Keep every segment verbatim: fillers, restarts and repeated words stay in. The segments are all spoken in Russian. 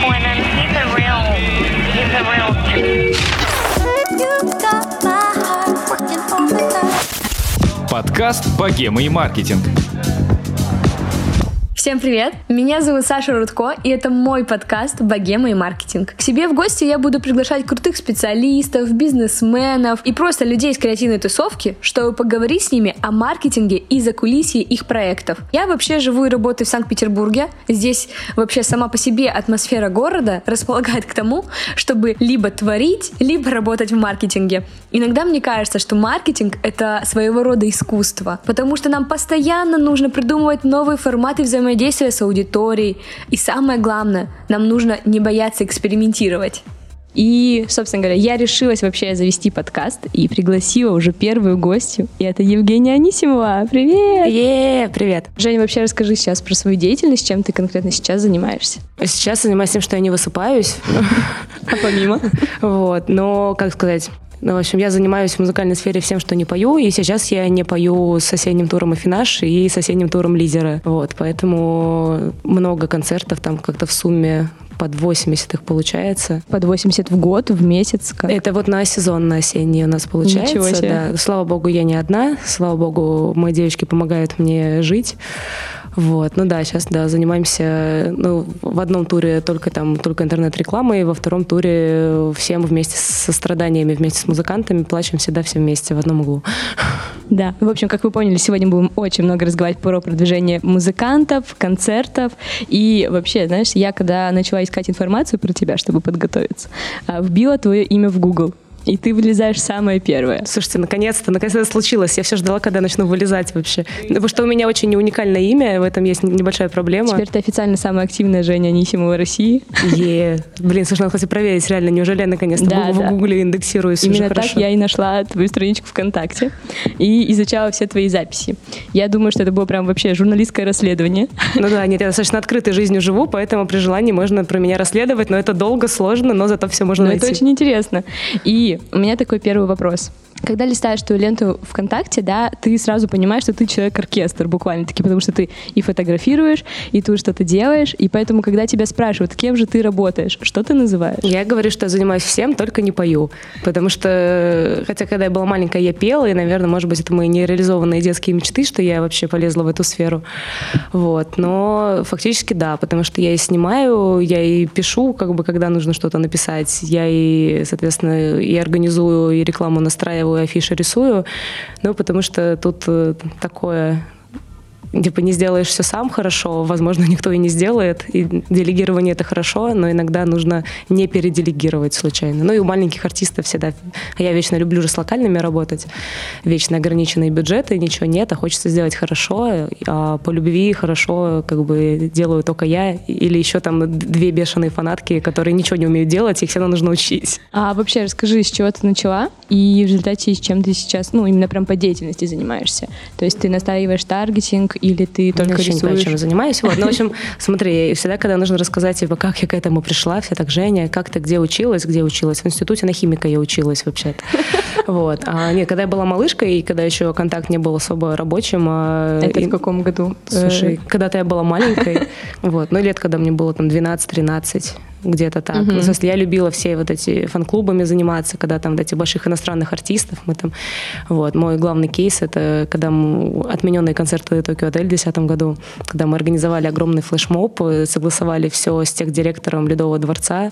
disappointed. He's a real, he's a real... Подкаст «Богема и маркетинг». Всем привет! Меня зовут Саша Рудко, и это мой подкаст «Богема и маркетинг». К себе в гости я буду приглашать крутых специалистов, бизнесменов и просто людей из креативной тусовки, чтобы поговорить с ними о маркетинге и закулисье их проектов. Я вообще живу и работаю в Санкт-Петербурге. Здесь вообще сама по себе атмосфера города располагает к тому, чтобы либо творить, либо работать в маркетинге. Иногда мне кажется, что маркетинг — это своего рода искусство, потому что нам постоянно нужно придумывать новые форматы взаимодействия действия с аудиторией. И самое главное, нам нужно не бояться экспериментировать. И, собственно говоря, я решилась вообще завести подкаст и пригласила уже первую гостью. И это Евгения Анисимова. Привет! Е, привет! Женя, вообще расскажи сейчас про свою деятельность, чем ты конкретно сейчас занимаешься. Сейчас занимаюсь тем, что я не высыпаюсь. А помимо? Вот, но, как сказать... Ну, в общем, я занимаюсь в музыкальной сфере всем, что не пою, и сейчас я не пою с соседним туром «Афинаж» и соседним туром «Лидера». Вот, поэтому много концертов, там как-то в сумме под восемьдесят их получается. Под восемьдесят в год, в месяц? Как? Это вот на сезон, на осенний у нас получается. Ничего себе. Да. Слава богу, я не одна. Слава богу, мои девочки помогают мне жить. Вот, ну да, сейчас, да, занимаемся, ну, в одном туре только там, только интернет-рекламой, во втором туре всем вместе со страданиями, вместе с музыкантами, плачем всегда все вместе в одном углу. Да, в общем, как вы поняли, сегодня будем очень много разговаривать про продвижение музыкантов, концертов, и вообще, знаешь, я когда начала искать информацию про тебя, чтобы подготовиться, вбила твое имя в Google. И ты вылезаешь самое первое. Слушайте, наконец-то, наконец-то это случилось. Я все ждала, когда начну вылезать вообще. Потому что у меня очень неуникальное имя, в этом есть небольшая проблема. Теперь ты официально самая активная Женя Анисимова России. Е, блин, слушай, надо хоть и проверить, реально, неужели я наконец-то да, в, да. в Гугле индексируюсь Именно уже так хорошо? Я и нашла твою страничку ВКонтакте и изучала все твои записи. Я думаю, что это было прям вообще журналистское расследование. Ну да, нет, я достаточно открытой жизнью живу, поэтому при желании можно про меня расследовать, но это долго, сложно, но зато все можно но найти. Это очень интересно. И у меня такой первый вопрос. Когда листаешь твою ленту ВКонтакте, да, ты сразу понимаешь, что ты человек-оркестр буквально-таки, потому что ты и фотографируешь, и тут что-то делаешь, и поэтому, когда тебя спрашивают, кем же ты работаешь, что ты называешь? Я говорю, что я занимаюсь всем, только не пою, потому что, хотя когда я была маленькая, я пела, и, наверное, может быть, это мои нереализованные детские мечты, что я вообще полезла в эту сферу, вот, но фактически да, потому что я и снимаю, я и пишу, как бы, когда нужно что-то написать, я и, соответственно, и организую, и рекламу настраиваю, афиши рисую, ну, потому что тут такое... Типа не сделаешь все сам хорошо, возможно, никто и не сделает. И делегирование — это хорошо, но иногда нужно не переделегировать случайно. Ну и у маленьких артистов всегда... Я вечно люблю же с локальными работать. Вечно ограниченные бюджеты, ничего нет, а хочется сделать хорошо. А по любви хорошо как бы делаю только я. Или еще там две бешеные фанатки, которые ничего не умеют делать, их все равно нужно учить. А вообще расскажи, с чего ты начала и в результате с чем ты сейчас, ну, именно прям по деятельности занимаешься? То есть ты настраиваешь таргетинг, или ты только я рисуешь? Я не знаю, чем я занимаюсь. Вот. Ну, в общем, смотри, всегда, когда нужно рассказать, типа, как я к этому пришла, все так: Женя, как ты где училась, где училась? В институте на химика я училась вообще-то. Вот. А нет, когда я была малышкой, и когда еще контакт не был особо рабочим. Это и... в каком году? Слушай, когда-то я была маленькой, вот, ну, лет, когда мне было там двенадцать-тринадцать, где-то так. Uh-huh. Ну, в смысле, я любила все вот эти фан-клубами заниматься, когда там вот этих больших иностранных артистов мы там... Вот. Мой главный кейс — это когда мы... отмененные концерты Tokyo Hotel в две тысячи десятом году, когда мы организовали огромный флешмоб, согласовали все с техдиректором Ледового дворца,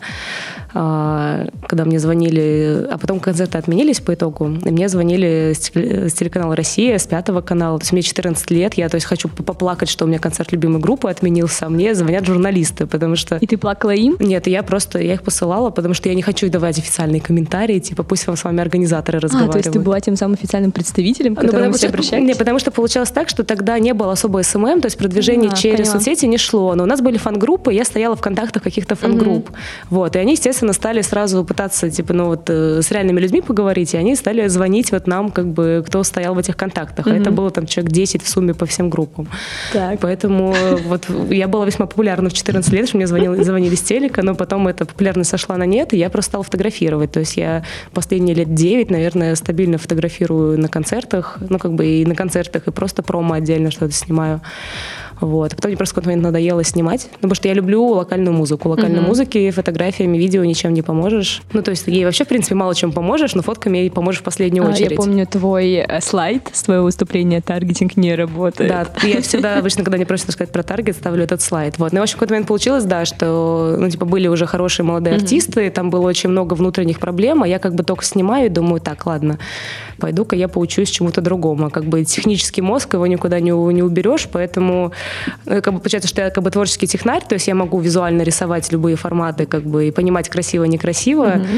когда мне звонили... А потом концерты отменились по итогу, и мне звонили с телеканала «Россия», с Пятого канала. То есть мне четырнадцать лет, я то есть хочу поплакать, что у меня концерт любимой группы отменился, а мне звонят журналисты, потому что... И ты плакала им? Нет, я просто, я их посылала, потому что я не хочу давать официальные комментарии, типа пусть с вами организаторы разговаривают. А, то есть ты была тем самым официальным представителем, к которому ну, все обращались? Нет, потому что получалось так, что тогда не было особо эс эм эм, то есть продвижение а, через поняла. соцсети не шло. Но у нас были фан-группы, я стояла в контактах каких-то фан-групп. Угу. Вот, и они, естественно, стали сразу пытаться, типа, ну вот, с реальными людьми поговорить, и они стали звонить вот нам, как бы, кто стоял в этих контактах. Угу. А это было там человек десять в сумме по всем группам. Так. Поэтому вот я была весьма популярна в четырнадцать лет, что мне звонили, звонили с телека, но потом эта популярность сошла на нет, и я просто стала фотографировать. То есть я последние лет девять, наверное, стабильно фотографирую на концертах, ну, как бы и на концертах, и просто промо отдельно что-то снимаю. Вот. Потом мне просто в какой-то момент надоело снимать, ну, потому что я люблю локальную музыку. Локальной mm-hmm. музыке, фотографиями, видео ничем не поможешь. Ну, то есть ей вообще, в принципе, мало чем поможешь, но фотками ей поможешь в последнюю очередь. А, я помню твой э, слайд с твоего выступления «Таргетинг не работает». Да, я всегда обычно, когда мне просят рассказать про таргет, ставлю этот слайд. Вот. Ну, в общем, в какой-то момент получилось, да, что, ну, типа, были уже хорошие молодые mm-hmm. артисты, там было очень много внутренних проблем, а я как бы только снимаю и думаю, так, ладно, пойду-ка я поучусь чему-то другому. Как бы технический мозг, его никуда не, не уберешь, поэтому как бы, получается, что я как бы творческий технарь, то есть я могу визуально рисовать любые форматы, как бы, и понимать красиво-некрасиво, mm-hmm.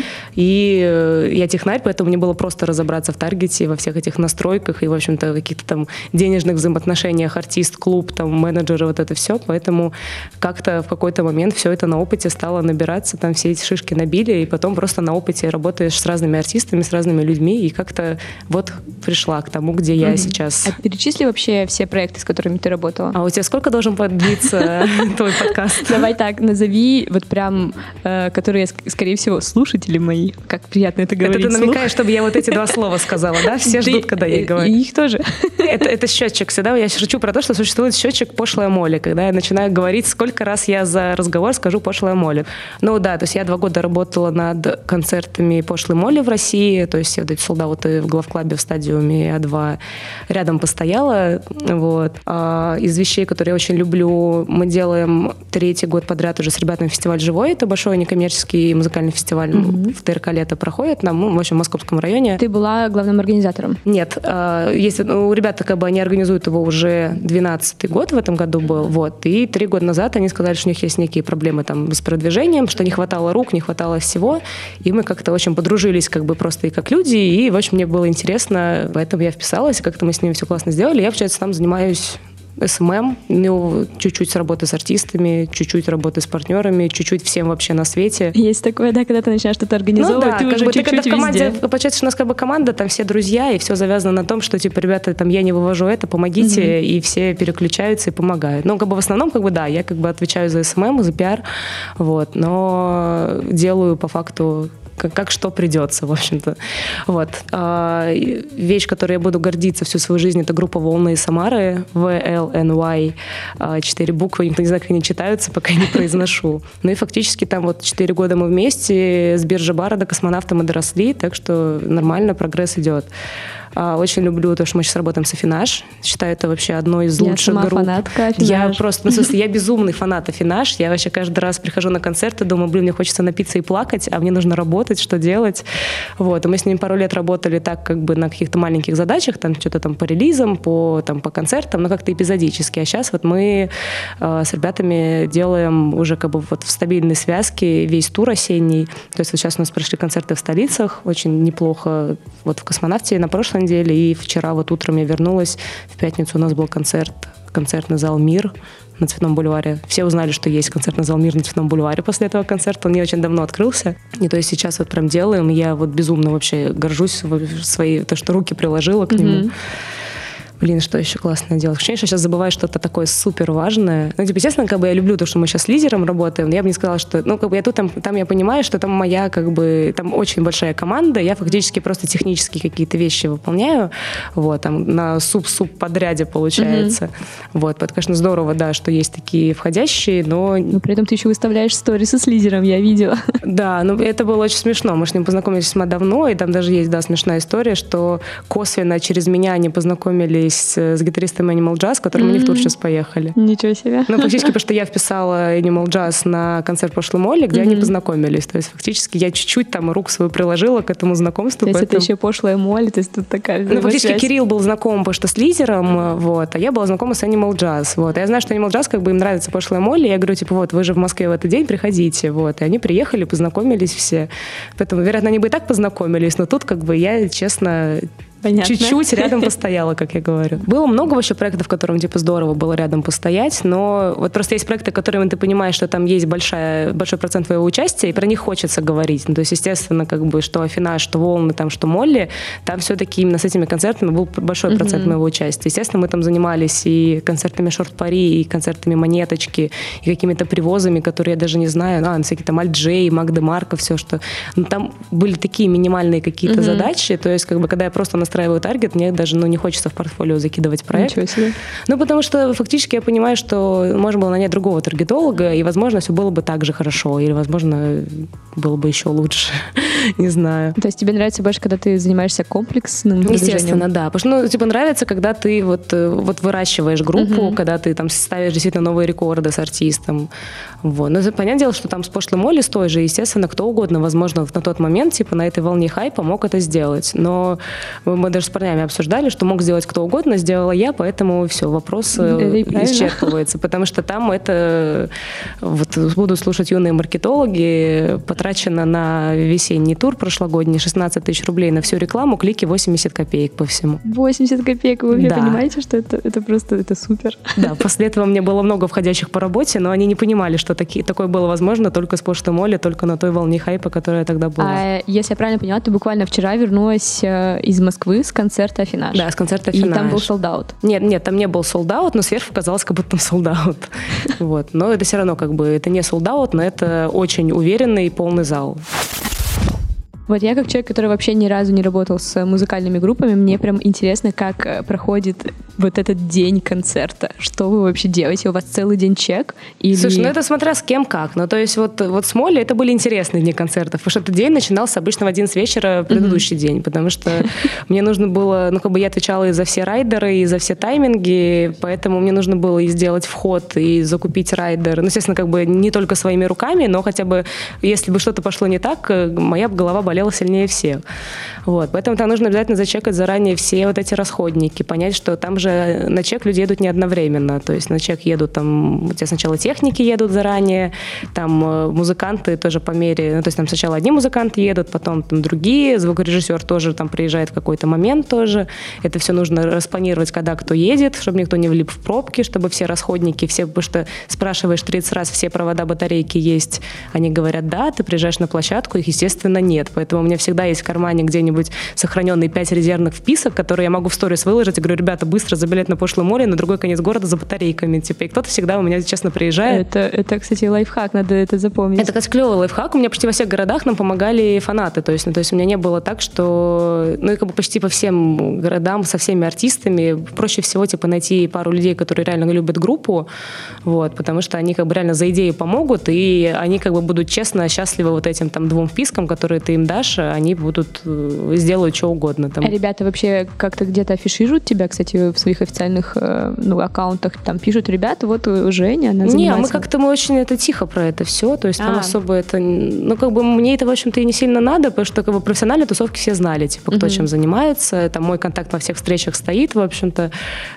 и я технарь, поэтому мне было просто разобраться в таргете, во всех этих настройках и, в общем-то, каких-то там денежных взаимоотношениях артист, клуб, там, менеджеры, вот это все, поэтому как-то в какой-то момент все это на опыте стало набираться, там все эти шишки набили, и потом просто на опыте работаешь с разными артистами, с разными людьми, и как-то вот пришла к тому, где я mm-hmm. сейчас. А перечисли вообще все проекты, с которыми ты работала? А у тебя сколько должен продлиться твой подкаст? Давай так, назови вот прям, которые, скорее всего, слушатели мои. Как приятно это говорить. Это ты намекаешь, чтобы я вот эти два слова сказала, да? Все ждут, когда я их говорю. И их тоже. Это, это счетчик всегда. Я шучу про то, что существует счетчик «пошлая Молли», когда я начинаю говорить, сколько раз я за разговор скажу «пошлая Молли». Ну да, то есть я два года работала над концертами «Пошлой Молли» в России, то есть я вот эти солдаты в главклабе в стадиуме А два рядом постояла. Вот. А из вещей, которые я очень люблю, мы делаем третий год подряд уже с ребятами фестиваль «Живой». Это большой некоммерческий музыкальный фестиваль mm-hmm. в ТРК «Лето» проходит, нам, ну, в общем, в Московском районе. Ты была главным организатором? Нет. Есть, у ребят, как бы, они организуют его уже двенадцатый год в этом году был. Вот. И три года назад они сказали, что у них есть некие проблемы там с продвижением, что не хватало рук, не хватало всего. И мы как-то очень подружились как бы просто и как люди. И, в общем, мне было интересно, поэтому я вписалась, и как-то мы с ними все классно сделали. Я, получается, там занимаюсь эс эм эм, ну, чуть-чуть с работы с артистами, чуть-чуть работы с партнерами, чуть-чуть всем вообще на свете. Есть такое, да, когда ты начинаешь что-то организовывать, ну, да, ты уже бы, чуть-чуть ты, когда в команде, везде. Получается, что у нас как бы команда, там все друзья, и все завязано на том, что, типа, ребята, там, я не вывожу это, помогите, mm-hmm. и все переключаются и помогают. Ну, как бы в основном, как бы, да, я как бы отвечаю за эс эм эм, за пиар, вот, но делаю по факту Как, как что придется, в общем-то. Вот. А, вещь, которой я буду гордиться всю свою жизнь, это группа «Волны» из Самары, вэ эл эн уай, четыре буквы, никто не знает, как они читаются, пока я не произношу. Ну и фактически там вот четыре года мы вместе, с биржи-бара до космонавта мы доросли, так что нормально, прогресс идет. Очень люблю то, что мы сейчас работаем с Афинаж. Считаю, это вообще одной из я лучших сама групп. Фанатка Афинаж. Я просто, ну, в смысле, я безумный фанат Афинаж. Я вообще каждый раз прихожу на концерты, думаю, блин, мне хочется напиться и плакать, а мне нужно работать, что делать. Вот. И мы с ними пару лет работали так, как бы на каких-то маленьких задачах, там что-то там по релизам, по, там, по концертам, но как-то эпизодически. А сейчас вот мы э, с ребятами делаем уже как бы вот в стабильной связке весь тур осенний. То есть вот сейчас у нас прошли концерты в столицах, очень неплохо. Вот в «Космонавте» на прошлой неделе, и вчера вот утром я вернулась, в пятницу у нас был концерт, концертный зал «Мир» на Цветном бульваре. Все узнали, что есть концертный зал «Мир» на Цветном бульваре после этого концерта. Он не очень давно открылся. И то есть сейчас вот прям делаем. Я вот безумно вообще горжусь своей, то, что руки приложила к нему. Mm-hmm. Блин, что еще классно делать? Ощущение, что я сейчас забываю что-то такое супер важное. Ну, типа, естественно, как бы я люблю то, что мы сейчас с лидером работаем, но я бы не сказала, что, ну, как бы я тут, там, там я понимаю, что там моя, как бы, там очень большая команда, я фактически просто технические какие-то вещи выполняю, вот, там, на суп-суп-подряде получается. Mm-hmm. Вот, это, конечно, здорово, да, что есть такие входящие, но... Но при этом ты еще выставляешь сторисы с лидером, я видела. Да, ну, это было очень смешно. Мы с ним познакомились весьма давно, и там даже есть, да, смешная история, что косвенно через меня они познакомились с гитаристом Animal Jazz, которым mm-hmm. они в тур сейчас поехали. Ничего себе. Ну, фактически, потому что я вписала Animal Jazz на концерт «Пошлой Молли», где mm-hmm. они познакомились. То есть, фактически, я чуть-чуть там рук свою приложила к этому знакомству. То есть, поэтому... это еще «Пошлая Молли», то есть, тут такая... Ну, фактически, связь. Кирилл был знаком, потому что с лидером, вот, а я была знакома с Animal Jazz, вот. А я знаю, что Animal Jazz, как бы, им нравится «Пошлая Молли», я говорю, типа, вот, вы же в Москве в этот день, приходите, вот. И они приехали, познакомились все. Поэтому, вероятно, они бы и так познакомились, но тут, как бы, я, честно... Понятно. Чуть-чуть рядом постояла, как я говорю. Было много вообще проектов, в котором, типа, здорово было рядом постоять, но вот просто есть проекты, которыми ты понимаешь, что там есть большая, большой процент твоего участия, и про них хочется говорить. Ну, то есть, естественно, как бы, что Афинаж, что Волны, там, что Молли, там все-таки именно с этими концертами был большой mm-hmm. процент моего участия. Естественно, мы там занимались и концертами Шорт-Пари, и концертами Монеточки, и какими-то привозами, которые я даже не знаю, а, всякие там Альджей, Мак Демарко, все, что... Ну, там были такие минимальные какие-то mm-hmm. задачи, то есть, как бы, когда я просто на выстраиваю таргет, мне даже ну, не хочется в портфолио закидывать проект. Ничего себе. Ну, потому что фактически я понимаю, что можно было нанять другого таргетолога, и, возможно, все было бы так же хорошо, или, возможно, было бы еще лучше. Не знаю. То есть тебе нравится больше, когда ты занимаешься комплексным продвижением? Естественно, да. Потому что, ну, типа, нравится, когда ты вот, вот выращиваешь группу, uh-huh. когда ты там ставишь действительно новые рекорды с артистом. Вот. Но понятное дело, что там с пошлой Молли, с той же, естественно, кто угодно, возможно, на тот момент, типа, на этой волне хайпа мог это сделать. Но мы даже с парнями обсуждали, что мог сделать кто угодно, сделала я, поэтому все, вопрос исчерпывается. Потому что там это, вот буду слушать юные маркетологи, потрачено на весенний тур прошлогодний шестнадцать тысяч рублей на всю рекламу, клики восемьдесят копеек по всему. восемьдесят копеек, вы вообще да. понимаете, что это, это просто это супер? Да, после этого мне было много входящих по работе, но они не понимали, что таки, такое было возможно только с Пошты Молли, только на той волне хайпа, которая тогда была. А если я правильно поняла, ты буквально вчера вернулась из Москвы с концерта «Афинаж». Да, с концерта «Афинаж». И там был солд-аут. Нет, нет, там не был солд-аут, но сверху казалось, как будто там солд-аут. Вот. Но это все равно как бы, это не солд-аут, но это очень уверенный и полный зал. Вот я как человек, который вообще ни разу не работал с музыкальными группами, мне прям интересно, как проходит вот этот день концерта. Что вы вообще делаете? У вас целый день чек? Или... Слушай, ну это смотря с кем как. Ну то есть вот, вот с Молли это были интересные дни концертов, потому что этот день начинался обычно в одиннадцать вечера предыдущий mm-hmm. день, потому что мне нужно было, ну как бы я отвечала и за все райдеры, и за все тайминги, поэтому мне нужно было и сделать вход, и закупить райдер. Ну, естественно, как бы не только своими руками, но хотя бы, если бы что-то пошло не так, моя голова болела болела сильнее всех. Вот. Поэтому там нужно обязательно зачекать заранее все вот эти расходники, понять, что там же на чек люди едут не одновременно. То есть на чек едут там, у тебя сначала техники едут заранее, там музыканты тоже по мере, ну, то есть там сначала одни музыканты едут, потом там другие, звукорежиссер тоже там приезжает в какой-то момент тоже. Это все нужно распланировать, когда кто едет, чтобы никто не влип в пробки, чтобы все расходники, все, потому что спрашиваешь тридцать раз, все провода, батарейки есть, они говорят да, ты приезжаешь на площадку, их, естественно, нет. Поэтому у меня всегда есть в кармане где-нибудь сохраненные пять резервных вписок, которые я могу в сторис выложить и говорю, ребята, быстро забилет на Пошлое Молли на другой конец города за батарейками. Типа, и кто-то всегда у меня, честно, приезжает. Это, это, кстати, лайфхак, надо это запомнить. Это, кстати, клевый лайфхак. У меня почти во всех городах нам помогали фанаты. То есть, ну, то есть у меня не было так, что... Ну, и как бы почти по всем городам со всеми артистами проще всего, типа, найти пару людей, которые реально любят группу, вот, потому что они как бы реально за идею помогут, и они как бы будут честно, счастливы вот этим там двум впискам, которые ты им дашь, они будут, сделают что угодно. Там. А ребята вообще как-то где-то афишируют тебя, кстати, в своих официальных ну, аккаунтах, там пишут, ребята, вот Женя, она занимается... Не, мы как-то, мы очень это тихо про это все, то есть там а. особо это... Ну, как бы мне это, в общем-то, и не сильно надо, потому что как бы профессиональные тусовки все знали, типа, кто uh-huh. чем занимается, там мой контакт во всех встречах стоит, в общем-то.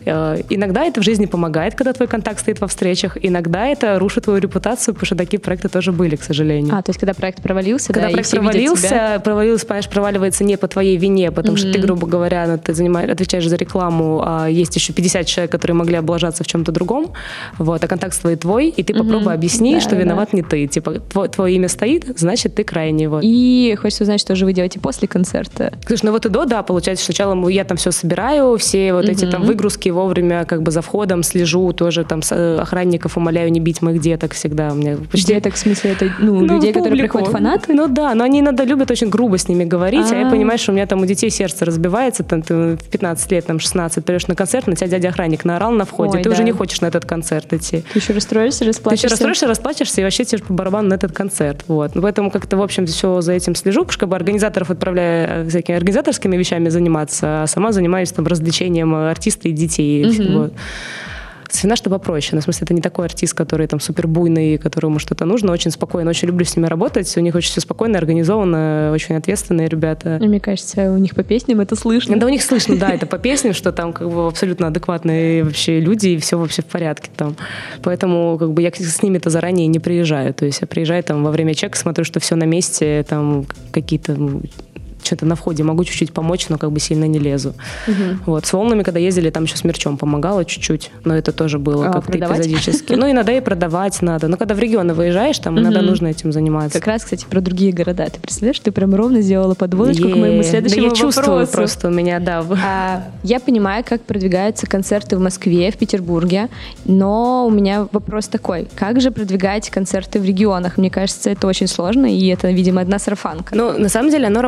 Иногда это в жизни помогает, когда твой контакт стоит во встречах, иногда это рушит твою репутацию, потому что такие проекты тоже были, к сожалению. А, то есть когда проект провалился, когда да, проект и все провалился, тебя... провалился, понимаешь, проваливается не по твоей вине, потому mm-hmm. что ты, грубо говоря, ну, ты занимаешь, отвечаешь за рекламу, а есть еще пятьдесят человек, которые могли облажаться в чем-то другом, вот, а контакт твой твой, и ты mm-hmm. попробуй объясни, да, что да. виноват не ты. Типа, твое, твое имя стоит, значит, ты крайний. Вот. И хочется узнать, что же вы делаете после концерта. Слушай, ну вот и до, да, получается, сначала я там все собираю, все вот mm-hmm. эти там выгрузки вовремя как бы за входом слежу, тоже там охранников умоляю не бить моих деток всегда. У меня почти... Деток, в смысле, это ну, ну, людей, публику. которые приходят фанаты? Ну да, но они иногда любят очень грубо с ними говорить, а, а я понимаю, что у меня там у детей сердце разбивается, там ты в пятнадцать лет, там шестнадцать, придешь на концерт, на тебя дядя-охранник наорал на входе, Ой, ты да. уже не хочешь на этот концерт идти. Ты еще расстроишься, расплачешься. Ты еще расстроишься, расплачешься, и вообще тебе по барабану на этот концерт. Вот. Поэтому как-то, в общем, все за этим слежу, потому что как бы организаторов отправляю всякими организаторскими вещами заниматься, а сама занимаюсь там развлечением артиста и детей. Mm-hmm. Вот. Афинаж-то попроще. Ну, в смысле, это не такой артист, который там супер буйный, которому что-то нужно. Очень спокойно, очень люблю с ними работать. У них очень все спокойно, организовано, очень ответственные ребята. Мне кажется, у них по песням это слышно. Да, у них слышно, да, это по песням, что там как бы абсолютно адекватные вообще люди, и все вообще в порядке там. Поэтому как бы я с ними-то заранее не приезжаю. То есть я приезжаю там во время чека, смотрю, что все на месте, там какие-то... что-то на входе могу чуть-чуть помочь, но как бы сильно не лезу. Угу. Вот. С волнами, когда ездили, там еще с мерчом помогала чуть-чуть, но это тоже было а, как-то продавать? Эпизодически. Ну, иногда и продавать надо. Но когда в регионы выезжаешь, там угу. иногда нужно этим заниматься. Как раз, кстати, про другие города. Ты представляешь, ты прям ровно сделала подводочку Е-е-е. к моему следующему вопросу. Да я чувствую просто у меня, да. А, я понимаю, как продвигаются концерты в Москве, в Петербурге, но у меня вопрос такой. Как же продвигаете концерты в регионах? Мне кажется, это очень сложно, и это, видимо, одна сарафанка. Ну, на самом деле, оно работает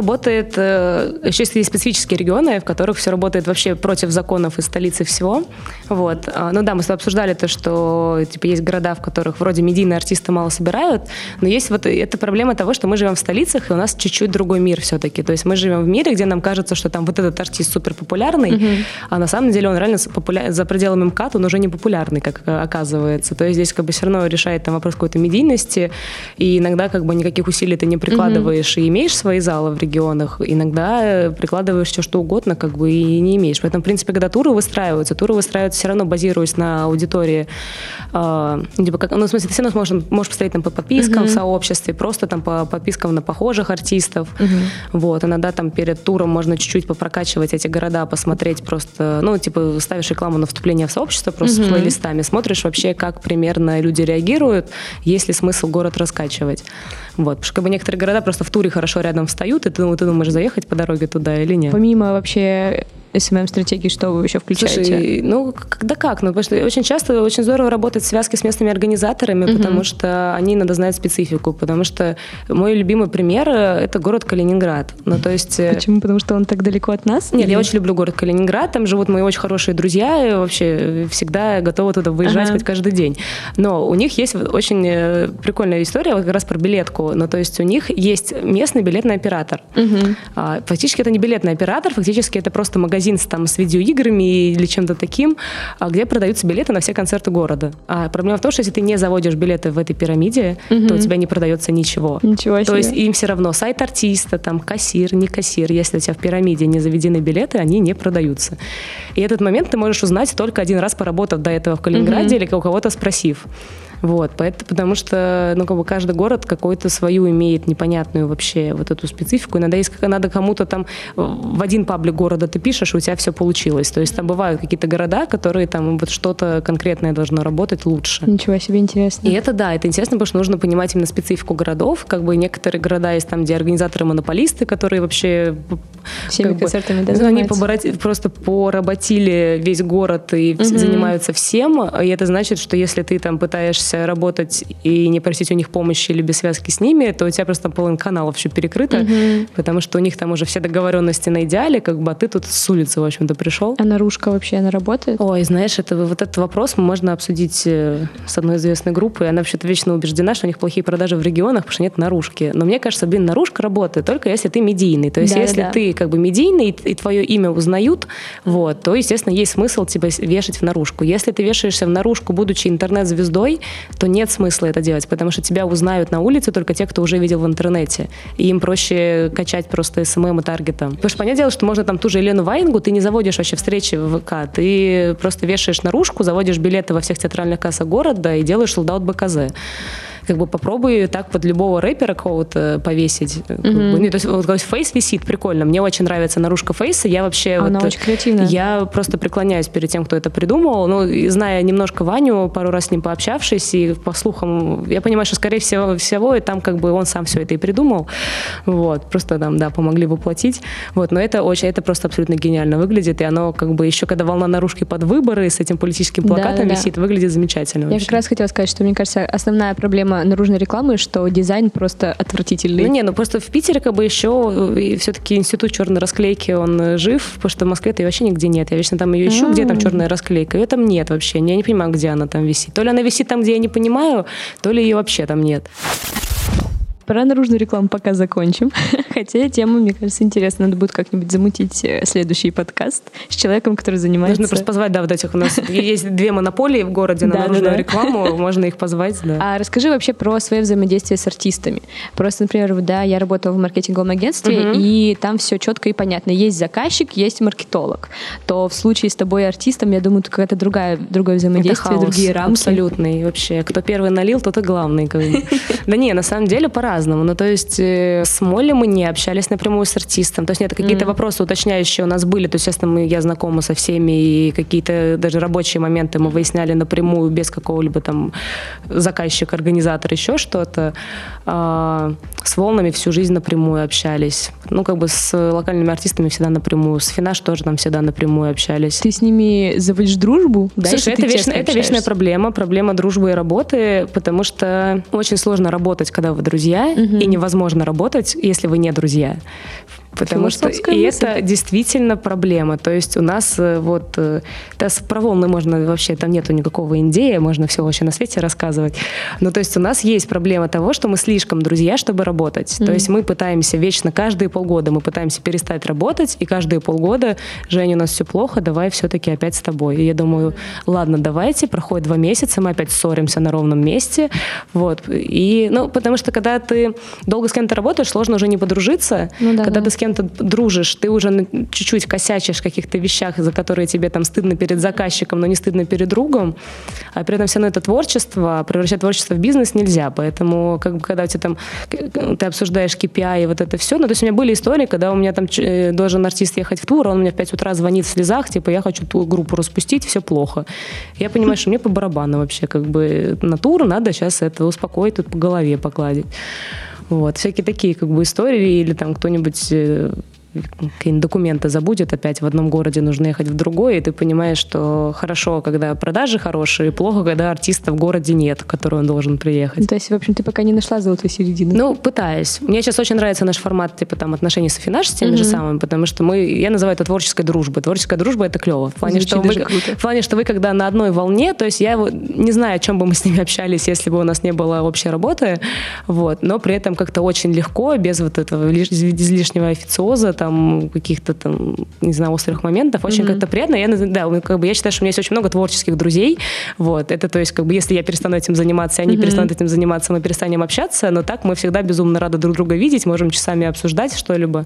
работает, еще есть специфические регионы, в которых все работает вообще против законов и столицы всего. Вот. Ну да, мы с тобой обсуждали то, что типа, есть города, в которых вроде медийные артисты мало собирают, но есть вот эта проблема того, что мы живем в столицах, и у нас чуть-чуть другой мир все-таки. То есть мы живем в мире, где нам кажется, что там вот этот артист супер популярный, uh-huh. а на самом деле он реально популя... за пределами МКАД он уже не популярный, как оказывается. То есть здесь как бы все равно решает там вопрос какой-то медийности, и иногда как бы никаких усилий ты не прикладываешь uh-huh. и имеешь свои залы в регионах, иногда прикладываешь все что угодно, как бы и не имеешь. Поэтому, в принципе, когда туры выстраиваются, туры выстраиваются все равно базируясь на аудитории. Э, типа как, ну, в смысле, ты все равно можешь, можешь посмотреть там по подпискам uh-huh. в сообществе, просто там по подпискам на похожих артистов. Uh-huh. Вот, иногда там перед туром можно чуть-чуть попрокачивать эти города, посмотреть просто, ну, типа, ставишь рекламу на вступление в сообщество просто uh-huh. с плейлистами, смотришь вообще, как примерно люди реагируют, есть ли смысл город раскачивать. Вот, потому что как бы некоторые города просто в туре хорошо рядом встают, и ты, ну, ты думаешь, заехать по дороге туда или нет. Помимо вообще эс эм эм-стратегии, что вы еще включаете? Слушай, ну, да как? Ну, потому что очень часто очень здорово работать в связке с местными организаторами, uh-huh. потому что они надо знать специфику, потому что мой любимый пример – это город Калининград. Ну, то есть... Почему? Потому что он так далеко от нас? Нет, или? Я очень люблю город Калининград, там живут мои очень хорошие друзья, и вообще всегда готовы туда выезжать uh-huh. хоть каждый день. Но у них есть очень прикольная история вот как раз про билетку. Ну, то есть у них есть местный билетный оператор. Uh-huh. А, фактически это не билетный оператор, фактически это просто магазин Магазин с, там, с видеоиграми или чем-то таким, где продаются билеты на все концерты города. А проблема в том, что если ты не заводишь билеты в этой пирамиде, угу. то у тебя не продается ничего. Ничего себе. То есть им все равно сайт артиста, там, кассир, не кассир. Если у тебя в пирамиде не заведены билеты, они не продаются. И этот момент ты можешь узнать только один раз, поработав до этого в Калининграде угу. или у кого-то спросив. Вот, поэтому, потому что, ну, как бы каждый город какую-то свою имеет непонятную вообще вот эту специфику. Иногда есть, надо кому-то там в один паблик города ты пишешь, и у тебя все получилось. То есть там бывают какие-то города, которые там вот что-то конкретное должно работать лучше. Ничего себе, интересно. И это, да, это интересно, потому что нужно понимать именно специфику городов. Как бы некоторые города есть там, где организаторы-монополисты, которые вообще... Всеми как концертами, бы, да, они занимаются? побороти, просто поработили весь город и угу. занимаются всем. И это значит, что если ты там пытаешься работать и не просить у них помощи или без связки с ними, то у тебя просто половина каналов еще перекрыто, uh-huh. потому что у них там уже все договоренности на идеале, как бы, а ты тут с улицы, в общем-то, пришел. А наружка вообще, она работает? Ой, знаешь, это, вот этот вопрос можно обсудить с одной известной группой. Она вообще-то вечно убеждена, что у них плохие продажи в регионах, потому что нет наружки. Но мне кажется, блин, наружка работает только если ты медийный. То есть да, если да. ты как бы медийный, и твое имя узнают, вот, то, естественно, есть смысл тебя вешать в наружку. Если ты вешаешься в наружку, будучи интернет-звездой, то нет смысла это делать, потому что тебя узнают на улице только те, кто уже видел в интернете. И им проще качать просто эс эм эм и таргетом. Потому что понятное дело, что можно там ту же Елену Ваенгу, ты не заводишь вообще встречи в ВК, ты просто вешаешь наружку, заводишь билеты во всех театральных кассах города и делаешь солдат БКЗ. Как бы попробуй так вот любого рэпера какого-то повесить. Mm-hmm. Как бы, ну, то есть, вот, то есть фейс висит, прикольно. Мне очень нравится наружка фейса. Я вообще... Она вот, очень креативная. Я просто преклоняюсь перед тем, кто это придумал. Ну, и зная немножко Ваню, пару раз с ним пообщавшись, и по слухам, я понимаю, что, скорее всего, всего и там как бы он сам все это и придумал. Вот. Просто там, да, помогли воплотить. Вот. Но это очень, это просто абсолютно гениально выглядит. И оно как бы еще, когда волна наружки под выборы с этим политическим плакатом да, да, висит, да. выглядит замечательно. Я вообще. как раз хотела сказать, что, мне кажется, основная проблема наружной рекламы, что дизайн просто отвратительный. Ну не, ну просто в Питере как бы еще все-таки институт черной расклейки, он жив, потому что в Москве-то ее вообще нигде нет. Я вечно там ее ищу, mm-hmm. где там черная расклейка. Ее там нет вообще. Я не понимаю, где она там висит. То ли она висит там, где я не понимаю, то ли ее вообще там нет. Про наружную рекламу пока закончим. Хотя тема, мне кажется, интересна. Надо будет как-нибудь замутить следующий подкаст с человеком, который занимается... Нужно просто позвать, да, вот этих. У нас есть две монополии в городе на наружную рекламу. Можно их позвать, да. А расскажи вообще про свое взаимодействие с артистами. Просто, например, да, я работала в маркетинговом агентстве, и там все четко и понятно. Есть заказчик, есть маркетолог. То в случае с тобой артистом, я думаю, это какая-то другая, другое взаимодействие, другие рамки. Абсолютный вообще. Кто первый налил, тот и главный. Да не, на самом деле пора. Ну, то есть э, с Молли мы не общались напрямую с артистом. То есть нет, какие-то mm-hmm. вопросы уточняющие у нас были. То есть, естественно, мы, я знакома со всеми, и какие-то даже рабочие моменты мы выясняли напрямую, без какого-либо там заказчика, организатора, еще что-то. А, с волнами всю жизнь напрямую общались. Ну, как бы с локальными артистами всегда напрямую. С Финаш тоже там всегда напрямую общались. Ты с ними заводишь дружбу? Да, слушай, это, вечно, это вечная проблема. Проблема дружбы и работы, потому что очень сложно работать, когда вы друзья, mm-hmm. и невозможно работать, если вы не друзья. Потому что и мысль. Это действительно проблема. То есть у нас вот... Это про волны можно вообще... Там нету никакого индея, можно все вообще на свете рассказывать. Но то есть у нас есть проблема того, что мы слишком друзья, чтобы работать. Mm-hmm. То есть мы пытаемся вечно, каждые полгода мы пытаемся перестать работать, и каждые полгода, Женя, у нас все плохо, давай все-таки опять с тобой. И я думаю, ладно, давайте, проходит два месяца, мы опять ссоримся на ровном месте. Вот. И, ну, потому что когда ты долго с кем-то работаешь, сложно уже не подружиться. Ну, да, когда да. ты с кем-то дружишь, ты уже чуть-чуть косячишь в каких-то вещах, за которые тебе там стыдно перед заказчиком, но не стыдно перед другом, а при этом все равно это творчество, превращать творчество в бизнес нельзя. Поэтому, как бы, когда у тебя там, ты обсуждаешь кей пи ай и вот это все, ну, то есть у меня были истории, когда у меня там должен артист ехать в тур, он мне в пять утра звонит в слезах, типа, я хочу ту группу распустить, все плохо. Я понимаю, что мне по барабану вообще, как бы, на тур надо сейчас это успокоить, тут по голове погладить. Вот, всякие такие, как бы, истории, или там кто-нибудь... какие-нибудь документы забудет опять, в одном городе нужно ехать в другой, и ты понимаешь, что хорошо, когда продажи хорошие, плохо, когда артиста в городе нет, к которому он должен приехать. То есть, в общем, ты пока не нашла золотой середины? Ну, пытаюсь. Мне сейчас очень нравится наш формат, типа, там, отношений с Афинаж, с теми mm-hmm. же самыми, потому что мы, я называю это творческой дружбой. Творческая дружба — это клево. В плане, что вы, в плане, что вы когда на одной волне, то есть я не знаю, о чем бы мы с ними общались, если бы у нас не было общей работы, вот, но при этом как-то очень легко, без вот этого излишнего официоза, там, каких-то там, не знаю, острых моментов, очень mm-hmm. как-то приятно. Я, да, как бы, я считаю, что у меня есть очень много творческих друзей, вот, это, то есть, как бы, если я перестану этим заниматься, и они mm-hmm. перестанут этим заниматься, мы перестанем общаться, но так мы всегда безумно рады друг друга видеть, можем часами обсуждать что-либо.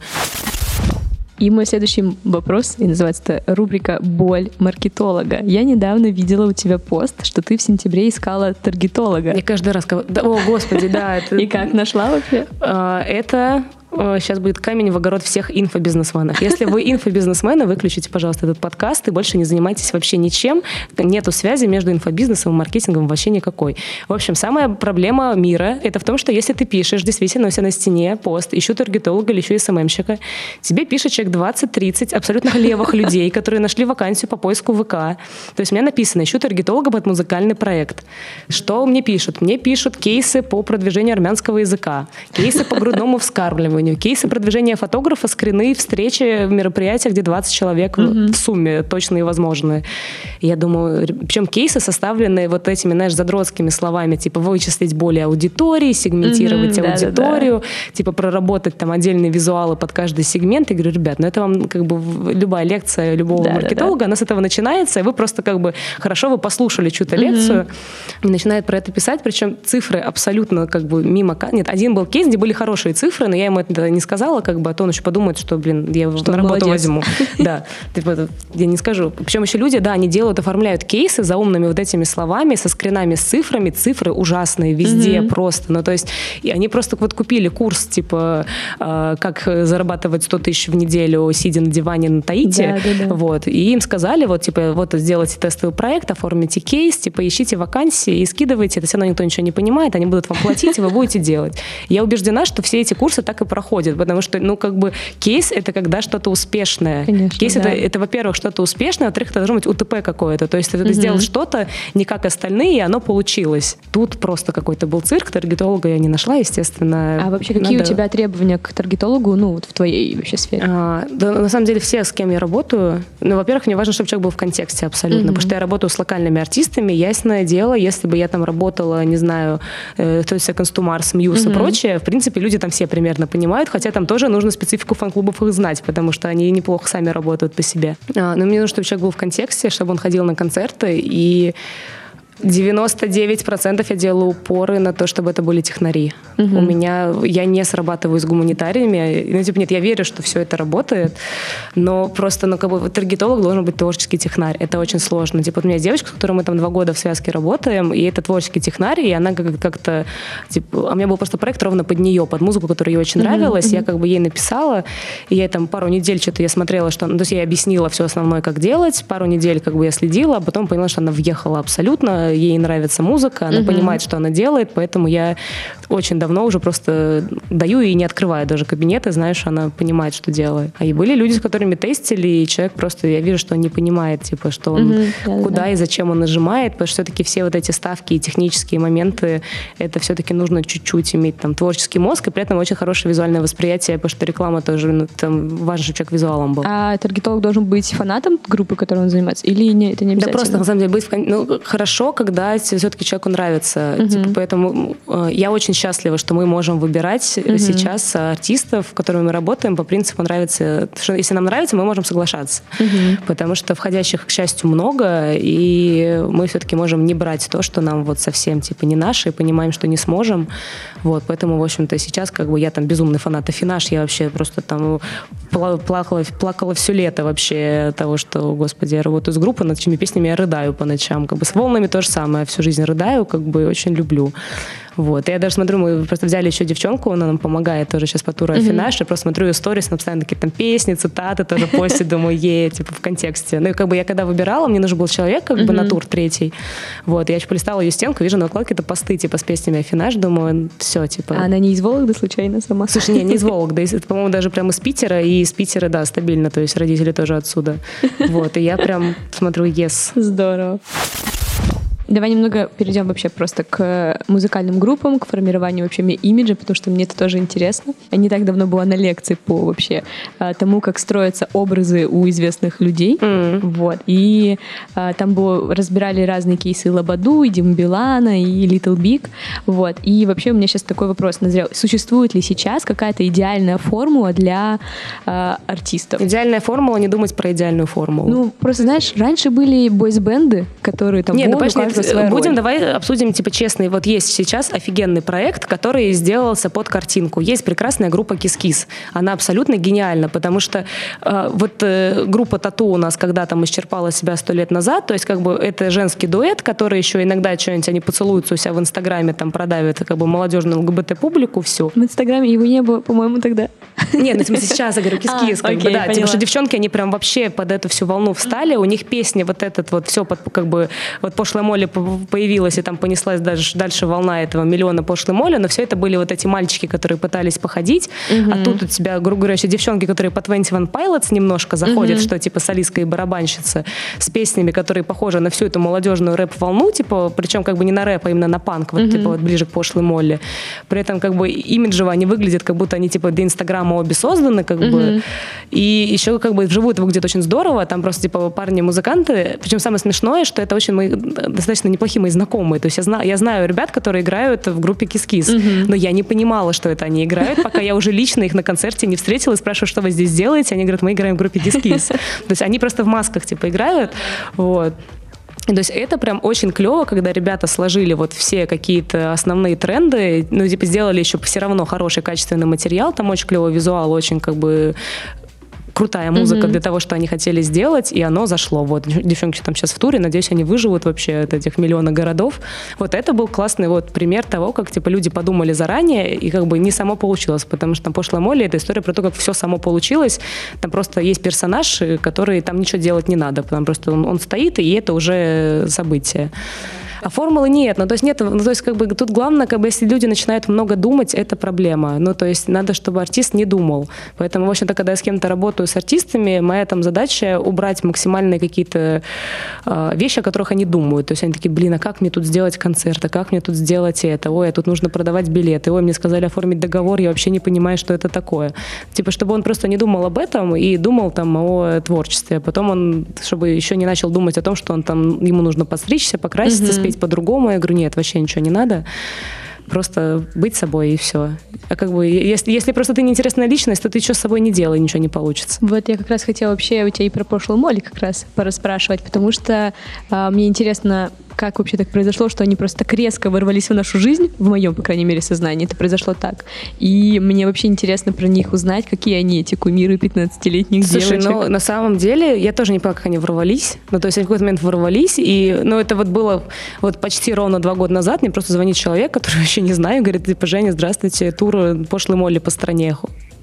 И мой следующий вопрос, и называется это рубрика «Боль маркетолога». Я недавно видела у тебя пост, что ты в сентябре искала таргетолога. Я каждый раз... О, господи, да. И как, нашла вообще? Это... Сейчас будет камень в огород всех инфобизнесменов. Если вы инфобизнесмены, выключите, пожалуйста, этот подкаст и больше не занимайтесь вообще ничем. Нету связи между инфобизнесом и маркетингом вообще никакой. В общем, самая проблема мира — это в том, что если ты пишешь действительно у себя на стене пост, ищу таргетолога или ищу эс эм эм-щика, тебе пишет человек двадцать-тридцать абсолютно левых людей, которые нашли вакансию по поиску ВК. То есть у меня написано: ищу таргетолога под музыкальный проект. Что мне пишут? Мне пишут кейсы по продвижению армянского языка, кейсы по грудному вскармливанию, кейсы продвижения фотографа, скрины, встречи в мероприятиях, где двадцать человек mm-hmm. в сумме точно и возможны. Я думаю, причем кейсы составлены вот этими, знаешь, задротскими словами, типа вычислить более аудитории, сегментировать mm-hmm, аудиторию, да-да-да. Типа проработать там отдельные визуалы под каждый сегмент. Я говорю, ребят, ну это вам как бы любая лекция любого да, маркетолога, да, да. она с этого начинается, и вы просто как бы хорошо, вы послушали чью-то mm-hmm. лекцию, и начинает про это писать, причем цифры абсолютно как бы мимо... Нет, один был кейс, где были хорошие цифры, но я ему это не сказала, как бы, а то он еще подумает, что, блин, я его на работу возьму. Да, типа, я не скажу. Причем еще люди, да, они делают, оформляют кейсы за умными вот этими словами, со скринами, с цифрами. Цифры ужасные везде mm-hmm. просто. Ну, то есть, и они просто вот купили курс, типа, э, как зарабатывать сто тысяч в неделю, сидя на диване на Таити. Да, да, да. Вот. И им сказали, вот, типа, вот, сделайте тестовый проект, оформите кейс, типа, ищите вакансии и скидывайте. Это все равно никто ничего не понимает, они будут вам платить, и вы будете делать. Я убеждена, что все эти курсы так и проходят, потому что, ну, как бы, кейс — это когда что-то успешное. Конечно, кейс да. это, это, во-первых, что-то успешное, во-вторых, это должно быть у тэ пэ какое-то. То есть ты, угу. ты сделал что-то не как остальные, и оно получилось. Тут просто какой-то был цирк, таргетолога я не нашла, естественно. А вообще какие надо... у тебя требования к таргетологу, ну, вот в твоей вообще сфере? А, да, на самом деле, все, с кем я работаю, ну, во-первых, мне важно, чтобы человек был в контексте абсолютно, угу. потому что я работаю с локальными артистами, ясное дело, если бы я там работала, не знаю, э, то есть Констумарс, Мьюз угу. и прочее, в принципе, люди там все примерно понимают, хотя там тоже нужно специфику фан-клубов их знать, потому что они неплохо сами работают по себе. А, но мне нужно, чтобы человек был в контексте, чтобы он ходил на концерты, и девяносто девять процентов я делаю упоры на то, чтобы это были технари. Угу. У меня, я не срабатываю с гуманитариями. Ну, типа, нет, я верю, что все это работает, но просто, ну, как бы, таргетолог должен быть творческий технарь. Это очень сложно. Типа, вот у меня есть девочка, с которой мы там два года в связке работаем, и это творческий технарь, и она как-то, типа, а у меня был просто проект ровно под нее, под музыку, которая ей очень угу. нравилась. Угу. Я как бы ей написала, и я там пару недель что-то я смотрела, что, ну, то есть я ей объяснила все основное, как делать, пару недель как бы я следила, а потом поняла, что она въехала абсолютно. она, ей нравится музыка, она угу. понимает, что она делает, поэтому я очень давно уже просто даю и не открываю даже кабинеты, знаешь, она понимает, что делает. А и были люди, с которыми тестили, и человек просто, я вижу, что он не понимает, типа, что он, угу, куда да. и зачем он нажимает, потому что все-таки все вот эти ставки и технические моменты, это все-таки нужно чуть-чуть иметь там творческий мозг, и при этом очень хорошее визуальное восприятие, потому что реклама тоже, ну, там, важно, чтобы человек визуалом был. А таргетолог должен быть фанатом группы, которой он занимается, или не, это не обязательно? Да просто, на самом деле, быть ну, хорошо, когда все-таки человеку нравится. Угу. Типа, поэтому э, я очень счастлива, что мы можем выбирать угу. сейчас артистов, с которыми мы работаем, по принципу нравится, что если нам нравится, мы можем соглашаться. Угу. Потому что входящих, к счастью, много, и мы все-таки можем не брать то, что нам вот совсем типа не наше, и понимаем, что не сможем. Вот, поэтому, в общем-то, сейчас как бы я там безумный фанат Афинаж, я вообще просто там плакала, плакала все лето вообще от того, что, господи, я работаю с группой, над чьими песнями я рыдаю по ночам. Как бы с волнами то же самое, всю жизнь рыдаю, как бы очень люблю. Вот. И я даже смотрю, мы просто взяли еще девчонку, она нам помогает тоже сейчас по туру Афинаж, я просто смотрю ее сторис, она постоянно такие там песни, цитаты тоже постит, думаю, е, типа в контексте. Ну и как бы я когда выбирала, мне нужен был человек как бы на тур третий, вот, я еще полистала ее стенку, вижу на вкладке это посты типа с песнями Афинаж, думаю, все, типа. А она не из Вологды случайно сама? Слушай, не, не из Вологды, по-моему, даже прямо из Питера, и из Питера, да, стабильно, то есть родители тоже отсюда. Вот, и я прям смотрю, yes. Здорово. Давай немного перейдем вообще просто к музыкальным группам, к формированию вообще имиджа, потому что мне это тоже интересно. Я не так давно была на лекции по вообще тому, как строятся образы у известных людей. Mm. Вот. И а, там было, разбирали разные кейсы Лободу, и Димы Билана, и Little Big. Вот. И вообще у меня сейчас такой вопрос назрел. Существует ли сейчас какая-то идеальная формула для а, артистов? Идеальная формула, не думать про идеальную формулу. Ну, просто, знаешь, раньше были бойсбенды, которые там... Нет, ну, будем, роль. Давай обсудим, типа, честный. Вот есть сейчас офигенный проект, который сделался под картинку. Есть прекрасная группа Kiss-Kiss. Она абсолютно гениальна, потому что э, вот э, группа Тату у нас когда-то исчерпала себя сто лет назад, то есть как бы это женский дуэт, который еще иногда что-нибудь они поцелуются у себя в Инстаграме, там продавят как бы молодежную ЛГБТ-публику, все. В Инстаграме его не было, по-моему, тогда. Нет, ну сейчас, я говорю, Kiss-Kiss, а, как окей, бы, да, типа, что девчонки, они прям вообще под эту всю волну встали, у них песни вот этот вот все, под, как бы, вот пошлая Молли появилась, и там понеслась дальше, дальше волна этого миллиона пошлой Молли, но все это были вот эти мальчики, которые пытались походить, uh-huh. а тут у тебя, грубо говоря, еще девчонки, которые по двадцать один Pilots немножко заходят, uh-huh. что типа солистка и барабанщица с песнями, которые похожи на всю эту молодежную рэп-волну, типа, причем как бы не на рэп, а именно на панк, вот uh-huh. типа вот ближе к пошлой Молли. При этом как бы имиджево они выглядят, как будто они типа для Инстаграма обе созданы, как uh-huh. бы, и еще как бы вживую это выглядит очень здорово, там просто типа парни-музыканты, причем самое смешное, что это очень мои, достаточно неплохие мои знакомые. То есть я знаю, я знаю ребят, которые играют в группе Kiss-Kiss, uh-huh. но я не понимала, что это они играют, пока я уже лично их на концерте не встретила и спрашиваю, что вы здесь делаете. Они говорят, мы играем в группе Kiss-Kiss. То есть они просто в масках типа играют. Вот. То есть это прям очень клево, когда ребята сложили вот все какие-то основные тренды, ну, типа сделали еще все равно хороший, качественный материал, там очень клевый визуал, очень как бы крутая музыка mm-hmm. для того, что они хотели сделать, и оно зашло. Вот, девчонки там сейчас в туре, надеюсь, они выживут вообще от этих миллиона городов. Вот это был классный вот пример того, как типа люди подумали заранее, и как бы не само получилось, потому что там «Пошлая Молли» — это история про то, как все само получилось. Там просто есть персонаж, который там ничего делать не надо, там просто он, он стоит, и это уже событие. А формулы нет. Ну, то есть нет, ну, то есть как бы тут главное, как бы, если люди начинают много думать, это проблема. Ну, то есть надо, чтобы артист не думал. Поэтому, в общем-то, когда я с кем-то работаю с артистами, моя там задача убрать максимальные какие-то э, вещи, о которых они думают. То есть они такие, блин, а как мне тут сделать концерт, а как мне тут сделать это? Ой, а тут нужно продавать билеты. Ой, мне сказали оформить договор, я вообще не понимаю, что это такое. Типа, чтобы он просто не думал об этом и думал там о творчестве. Потом он, чтобы еще не начал думать о том, что он там, ему нужно подстричься, покраситься, mm-hmm. спеть по-другому. Я говорю, нет, вообще ничего не надо. Просто быть собой, и все. А как бы, если, если просто ты неинтересная личность, то ты что с собой не делай, ничего не получится. Вот я как раз хотела вообще у тебя и про пошлую Молли как раз пораспрашивать, потому что а, мне интересно, как вообще так произошло, что они просто так резко ворвались в нашу жизнь, в моем, по крайней мере, сознании, это произошло так. И мне вообще интересно про них узнать, какие они, эти кумиры пятнадцатилетних девочек. Слушай, ну, на самом деле, я тоже не поняла, как они ворвались. Ну, то есть, они в какой-то момент ворвались, и, ну, это вот было вот почти ровно два года назад, мне просто звонит человек, который вообще не знаю, говорит, типа, Женя, здравствуйте, тур «Пошлой Молли» по стране.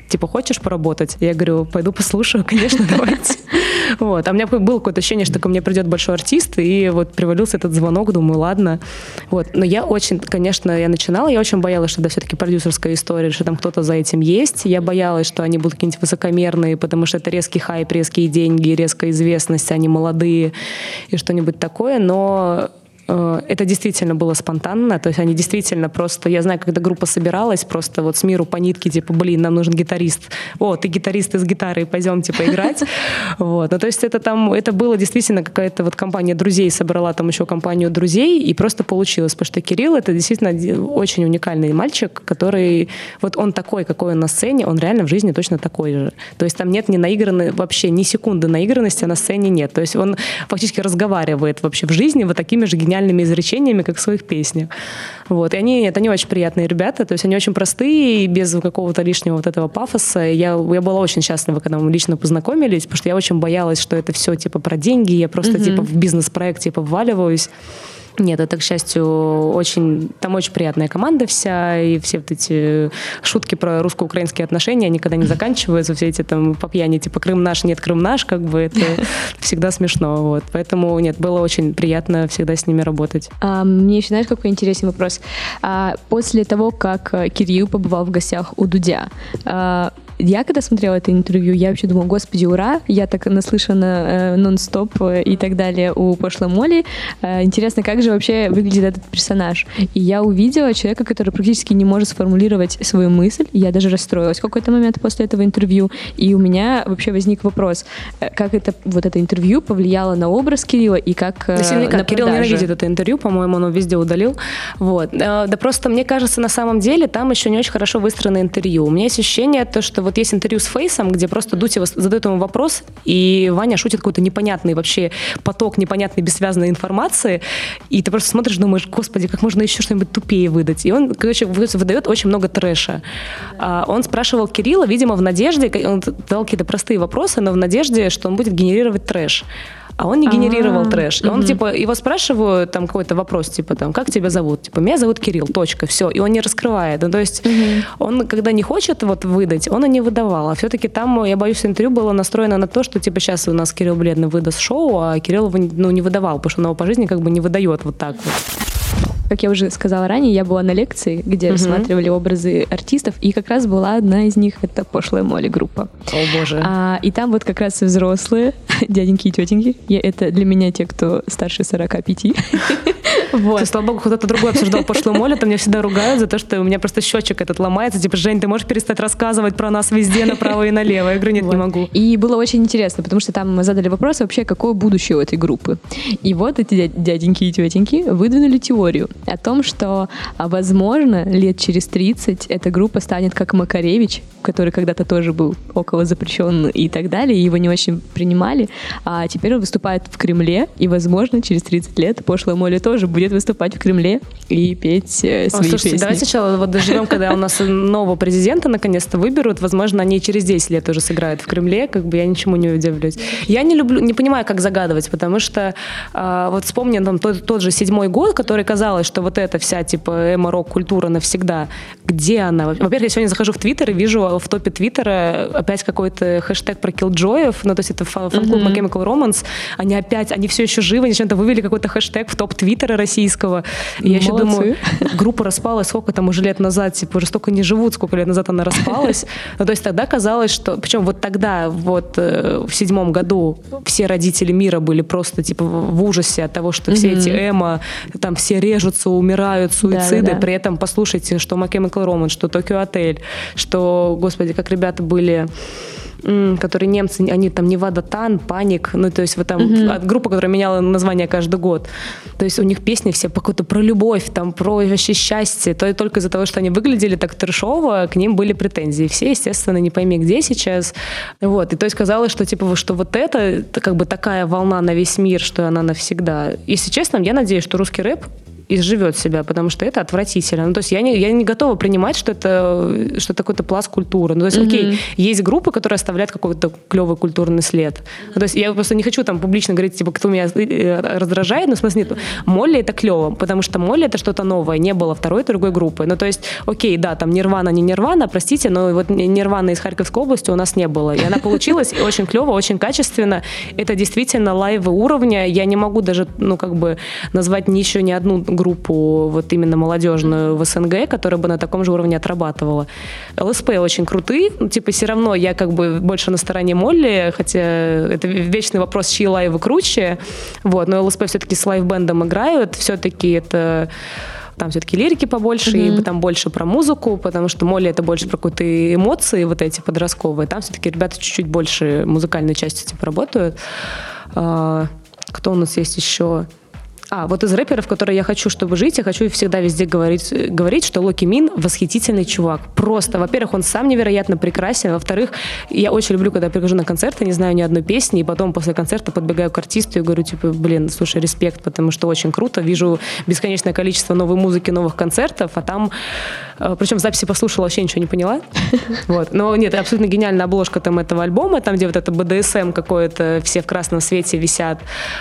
типа, хочешь поработать? Я говорю, пойду послушаю, конечно, давайте. Вот. А у меня было какое-то ощущение, что ко мне придет большой артист, и вот привалился этот звонок, думаю, ладно. Вот. Но я очень, конечно, я начинала, я очень боялась, что это все-таки продюсерская история, что там кто-то за этим есть. Я боялась, что они будут какие-нибудь высокомерные, потому что это резкий хайп, резкие деньги, резкая известность, они молодые и что-нибудь такое, но это действительно было спонтанно, то есть они действительно просто, я знаю, когда группа собиралась, просто вот с миру по нитке, типа, блин, нам нужен гитарист, о, ты гитарист из гитары, пойдем, типа, играть. Вот. Ну, то есть это там, это было действительно какая-то вот компания друзей, собрала там еще компанию друзей, и просто получилось, потому что Кирилл — это действительно очень уникальный мальчик, который, вот он такой, какой он на сцене, он реально в жизни точно такой же. То есть там нет ни наигранной, вообще ни секунды наигранности, а на сцене нет. То есть он фактически разговаривает вообще в жизни вот такими же гениальными изречениями, как в своих песнях. Вот. И они, это не очень приятные ребята, то есть они очень простые, и без какого-то лишнего вот этого пафоса. Я, я была очень счастлива, когда мы лично познакомились, потому что я очень боялась, что это все типа про деньги, я просто mm-hmm. типа в бизнес-проект типа вваливаюсь. Нет, это, к счастью, очень... Там очень приятная команда вся, и все вот эти шутки про русско-украинские отношения никогда не заканчиваются, все эти там по пьяни, типа «Крым наш, нет, Крым наш», как бы это всегда смешно, вот. Поэтому, нет, было очень приятно всегда с ними работать. А, мне еще, знаешь, какой интересный вопрос? А, после того, как Кирилл побывал в гостях у Дудя, а, я когда смотрела это интервью, я вообще думала, господи, ура, я так наслышана э, нон-стоп и так далее у пошлой Молли. Э, интересно, как же вообще выглядит этот персонаж? И я увидела человека, который практически не может сформулировать свою мысль. Я даже расстроилась в какой-то момент после этого интервью. И у меня вообще возник вопрос, как это, вот это интервью повлияло на образ Кирилла и как э, на продажи. Кирилл ненавидит это интервью, по-моему, он его везде удалил. Вот. Э, да просто, мне кажется, на самом деле там еще не очень хорошо выстроено интервью. У меня есть ощущение, то, что вот есть интервью с Фейсом, где просто Дудь задает ему вопрос, и Ваня шутит какой-то непонятный вообще поток непонятной бессвязной информации, и ты просто смотришь, думаешь, господи, как можно еще что-нибудь тупее выдать. И он, короче, выдает очень много трэша. Да. Он спрашивал Кирилла, видимо, в надежде, он дал какие-то простые вопросы, но в надежде, что он будет генерировать трэш. А он не генерировал А-а-а. трэш. И он, угу. типа, его спрашивают, там, какой-то вопрос, типа, там, как тебя зовут? Типа, меня зовут Кирилл, точка, все. И он не раскрывает. Ну, то есть, угу. он, когда не хочет вот выдать, он и не выдавал. А все-таки там, я боюсь, интервью было настроено на то, что, типа, сейчас у нас Кирилл Бледный выдаст шоу, а Кирилл его, ну, не выдавал, потому что он его по жизни как бы не выдает вот так вот. Как я уже сказала ранее, я была на лекции, где uh-huh. рассматривали образы артистов, и как раз была одна из них, это пошлая Молли группа. О, боже. А, и там вот как раз взрослые, дяденьки и тетеньки. Я, это для меня те, кто старше сорока пяти. Вот. То есть, слава богу, кто-то другой обсуждал пошлую Молли, то меня всегда ругают за то, что у меня просто счетчик этот ломается. Типа, Жень, ты можешь перестать рассказывать про нас везде, направо и налево? Я говорю, нет, вот. не могу. И было очень интересно, потому что там задали вопрос вообще, какое будущее у этой группы. И вот эти дяденьки и тетеньки выдвинули теорию о том, что, возможно, лет через тридцать эта группа станет как Макаревич, который когда-то тоже был около запрещен и так далее, и его не очень принимали, а теперь он выступает в Кремле, и, возможно, через тридцать лет пошлая Молли тоже будет выступать в Кремле и петь э, свои О, слушайте, песни. Давай сначала вот доживем, когда у нас нового президента наконец-то выберут, возможно, они через десять лет уже сыграют в Кремле, как бы я ничему не удивлюсь. Я не люблю, не понимаю, как загадывать, потому что э, вот вспомни там тот, тот же седьмой год, который казалось, что вот эта вся типа эмо-рок-культура навсегда, где она? Во-первых, я сегодня захожу в Твиттер и вижу в топе Твиттера опять какой-то хэштег про киллджоев, ну то есть это фан-клуб My Chemical Romance, они опять, они все еще живы, они чем-то вывели какой-то хэштег в топ Твиттера российского. И я еще думаю, группа распалась, сколько там уже лет назад, типа уже столько не живут, сколько лет назад она распалась. Ну то есть тогда казалось, что, причем вот тогда, вот э, в седьмом году все родители мира были просто типа в ужасе от того, что все эти эмо, там все режутся, умирают, суициды, да, да. При этом послушайте, что My Chemical Romance, что Tokyo Hotel, что, господи, как ребята были, которые немцы, они там Невада Тан, Паник, ну то есть вот там mm-hmm. группа, которая меняла название каждый год, то есть у них песни все какую-то про любовь, там про вообще счастье, то и только из-за того, что они выглядели так трэшово, к ним были претензии. Все, естественно, не пойми где сейчас, вот, и то есть казалось, что типа, что вот это, это как бы такая волна на весь мир, что она навсегда. Если честно, я надеюсь, что русский рэп изживет себя, потому что это отвратительно. Ну, то есть я не, я не готова принимать, что это, что это какой-то пласт культуры. Ну, то есть, mm-hmm. окей, есть группы, которые оставляют какой-то клевый культурный след. Ну, то есть я просто не хочу там публично говорить, типа, кто меня раздражает, но в смысле нет. Молли это клево, потому что Молли это что-то новое, не было второй, другой группы. Ну, то есть, окей, да, там Нирвана, не Нирвана, простите, но вот Нирвана из Харьковской области у нас не было. И она получилась очень клево, очень качественно. Это действительно лайвы уровня. Я не могу даже, ну, как бы назвать ни еще ни одну группу вот именно молодежную в СНГ, которая бы на таком же уровне отрабатывала. ЛСП очень крутые, ну, типа все равно я как бы больше на стороне Молли, хотя это вечный вопрос, чьи лайвы круче, вот, но ЛСП все-таки с лайв-бендом играют, все-таки это... Там все-таки лирики побольше, mm-hmm. и там больше про музыку, потому что Молли это больше про какие-то эмоции вот эти подростковые. Там все-таки ребята чуть-чуть больше музыкальной частью типа работают. А, кто у нас есть еще? А, вот из рэперов, которые я хочу, чтобы жить, я хочу всегда везде говорить, говорить, что Локи Мин восхитительный чувак. Просто, во-первых, он сам невероятно прекрасен, во-вторых, я очень люблю, когда я прихожу на концерты, не знаю ни одной песни, и потом после концерта подбегаю к артисту и говорю, типа, блин, слушай, респект, потому что очень круто, вижу бесконечное количество новой музыки, новых концертов, а там, причем в записи послушала, вообще ничего не поняла. Вот. Но нет, абсолютно гениальная обложка там этого альбома, там, где вот это бэ дэ эс эм какое-то, все в красном свете висят,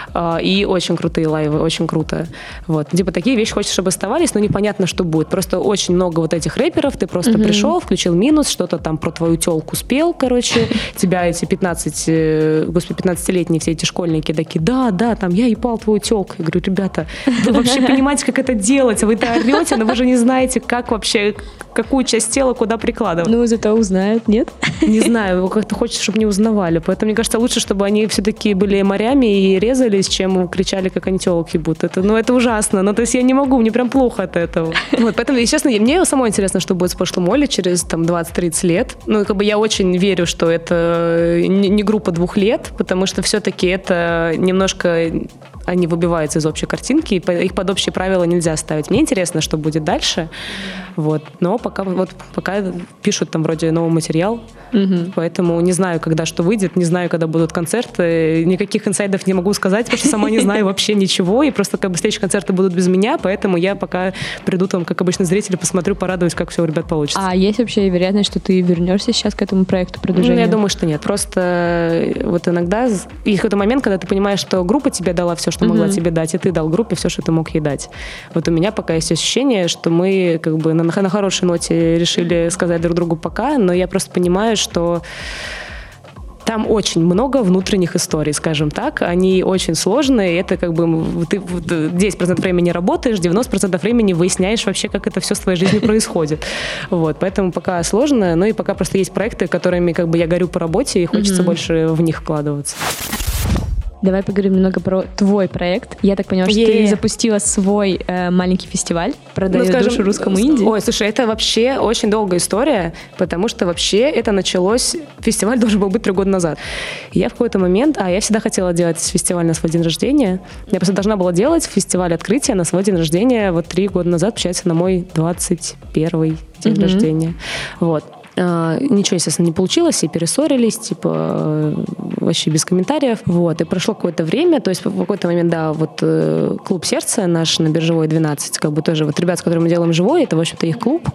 и очень крутые лайвы, очень круто. Вот. Типа такие вещи хочешь, чтобы оставались, но непонятно, что будет. Просто очень много вот этих рэперов, ты просто mm-hmm. пришел, включил минус, что-то там про твою тёлку спел, короче, тебя эти пятнадцать, господи, пятнадцатилетние все эти школьники такие, да, да, там, я ебал твою тёлку. Я говорю, ребята, вы вообще понимаете, как это делать? Вы-то орете, но вы же не знаете, как вообще, какую часть тела куда прикладывать. Ну, зато узнают, нет? Не знаю, как-то хочется, чтобы не узнавали. Поэтому, мне кажется, лучше, чтобы они все-таки были морями и резались, чем кричали, как они тёлки будут. Это, ну, это ужасно. Ну, то есть я не могу, мне прям плохо от этого. Вот, поэтому, естественно, мне самой интересно, что будет с пошлой Молли через там двадцать-тридцать лет. Ну, как бы я очень верю, что это не, не группа двух лет, потому что все-таки это немножко... Они выбиваются из общей картинки, и их под общие правила нельзя ставить. Мне интересно, что будет дальше. Вот. Но пока, вот, пока пишут там вроде новый материал, угу. поэтому не знаю, когда что выйдет, не знаю, когда будут концерты. Никаких инсайдов не могу сказать, потому что сама не знаю вообще ничего, и просто как бы следующие концерты будут без меня, поэтому я пока приду там, как обычно, зрители, посмотрю, порадуюсь, как все у ребят получится. А есть вообще вероятность, что ты вернешься сейчас к этому проекту продвижения? Ну, я думаю, что нет. Просто вот иногда есть какой-то момент, когда ты понимаешь, что группа тебе дала все, что могла mm-hmm. тебе дать, и ты дал группе все, что ты мог ей дать. Вот у меня пока есть ощущение, что мы как бы на, на хорошей ноте решили сказать друг другу пока, но я просто понимаю, что там очень много внутренних историй, скажем так. Они очень сложные. Это как бы ты десять процентов времени работаешь, девяносто процентов времени выясняешь вообще, как это все с твоей жизнью происходит. Вот. Поэтому пока сложно. Ну и пока просто есть проекты, которыми как бы я горю по работе, и хочется mm-hmm. больше в них вкладываться. Давай поговорим немного про твой проект. Я так поняла, что yeah. ты запустила свой э, маленький фестиваль «Продаю ну, скажем, душу русскому инди». Ой, слушай, это вообще очень долгая история, потому что вообще это началось... Фестиваль должен был быть три года назад. Я в какой-то момент... А, я всегда хотела делать фестиваль на свой день рождения. Я просто должна была делать фестиваль открытия на свой день рождения вот три года назад, получается, на мой двадцать первый день mm-hmm. рождения. Вот. Ничего, естественно, не получилось, и перессорились, типа, вообще без комментариев. Вот, и прошло какое-то время, то есть в какой-то момент, да, вот клуб «Сердце» наш на Биржевой двенадцать, как бы тоже вот ребят, с которыми мы делаем живой, это, в общем-то, их клуб.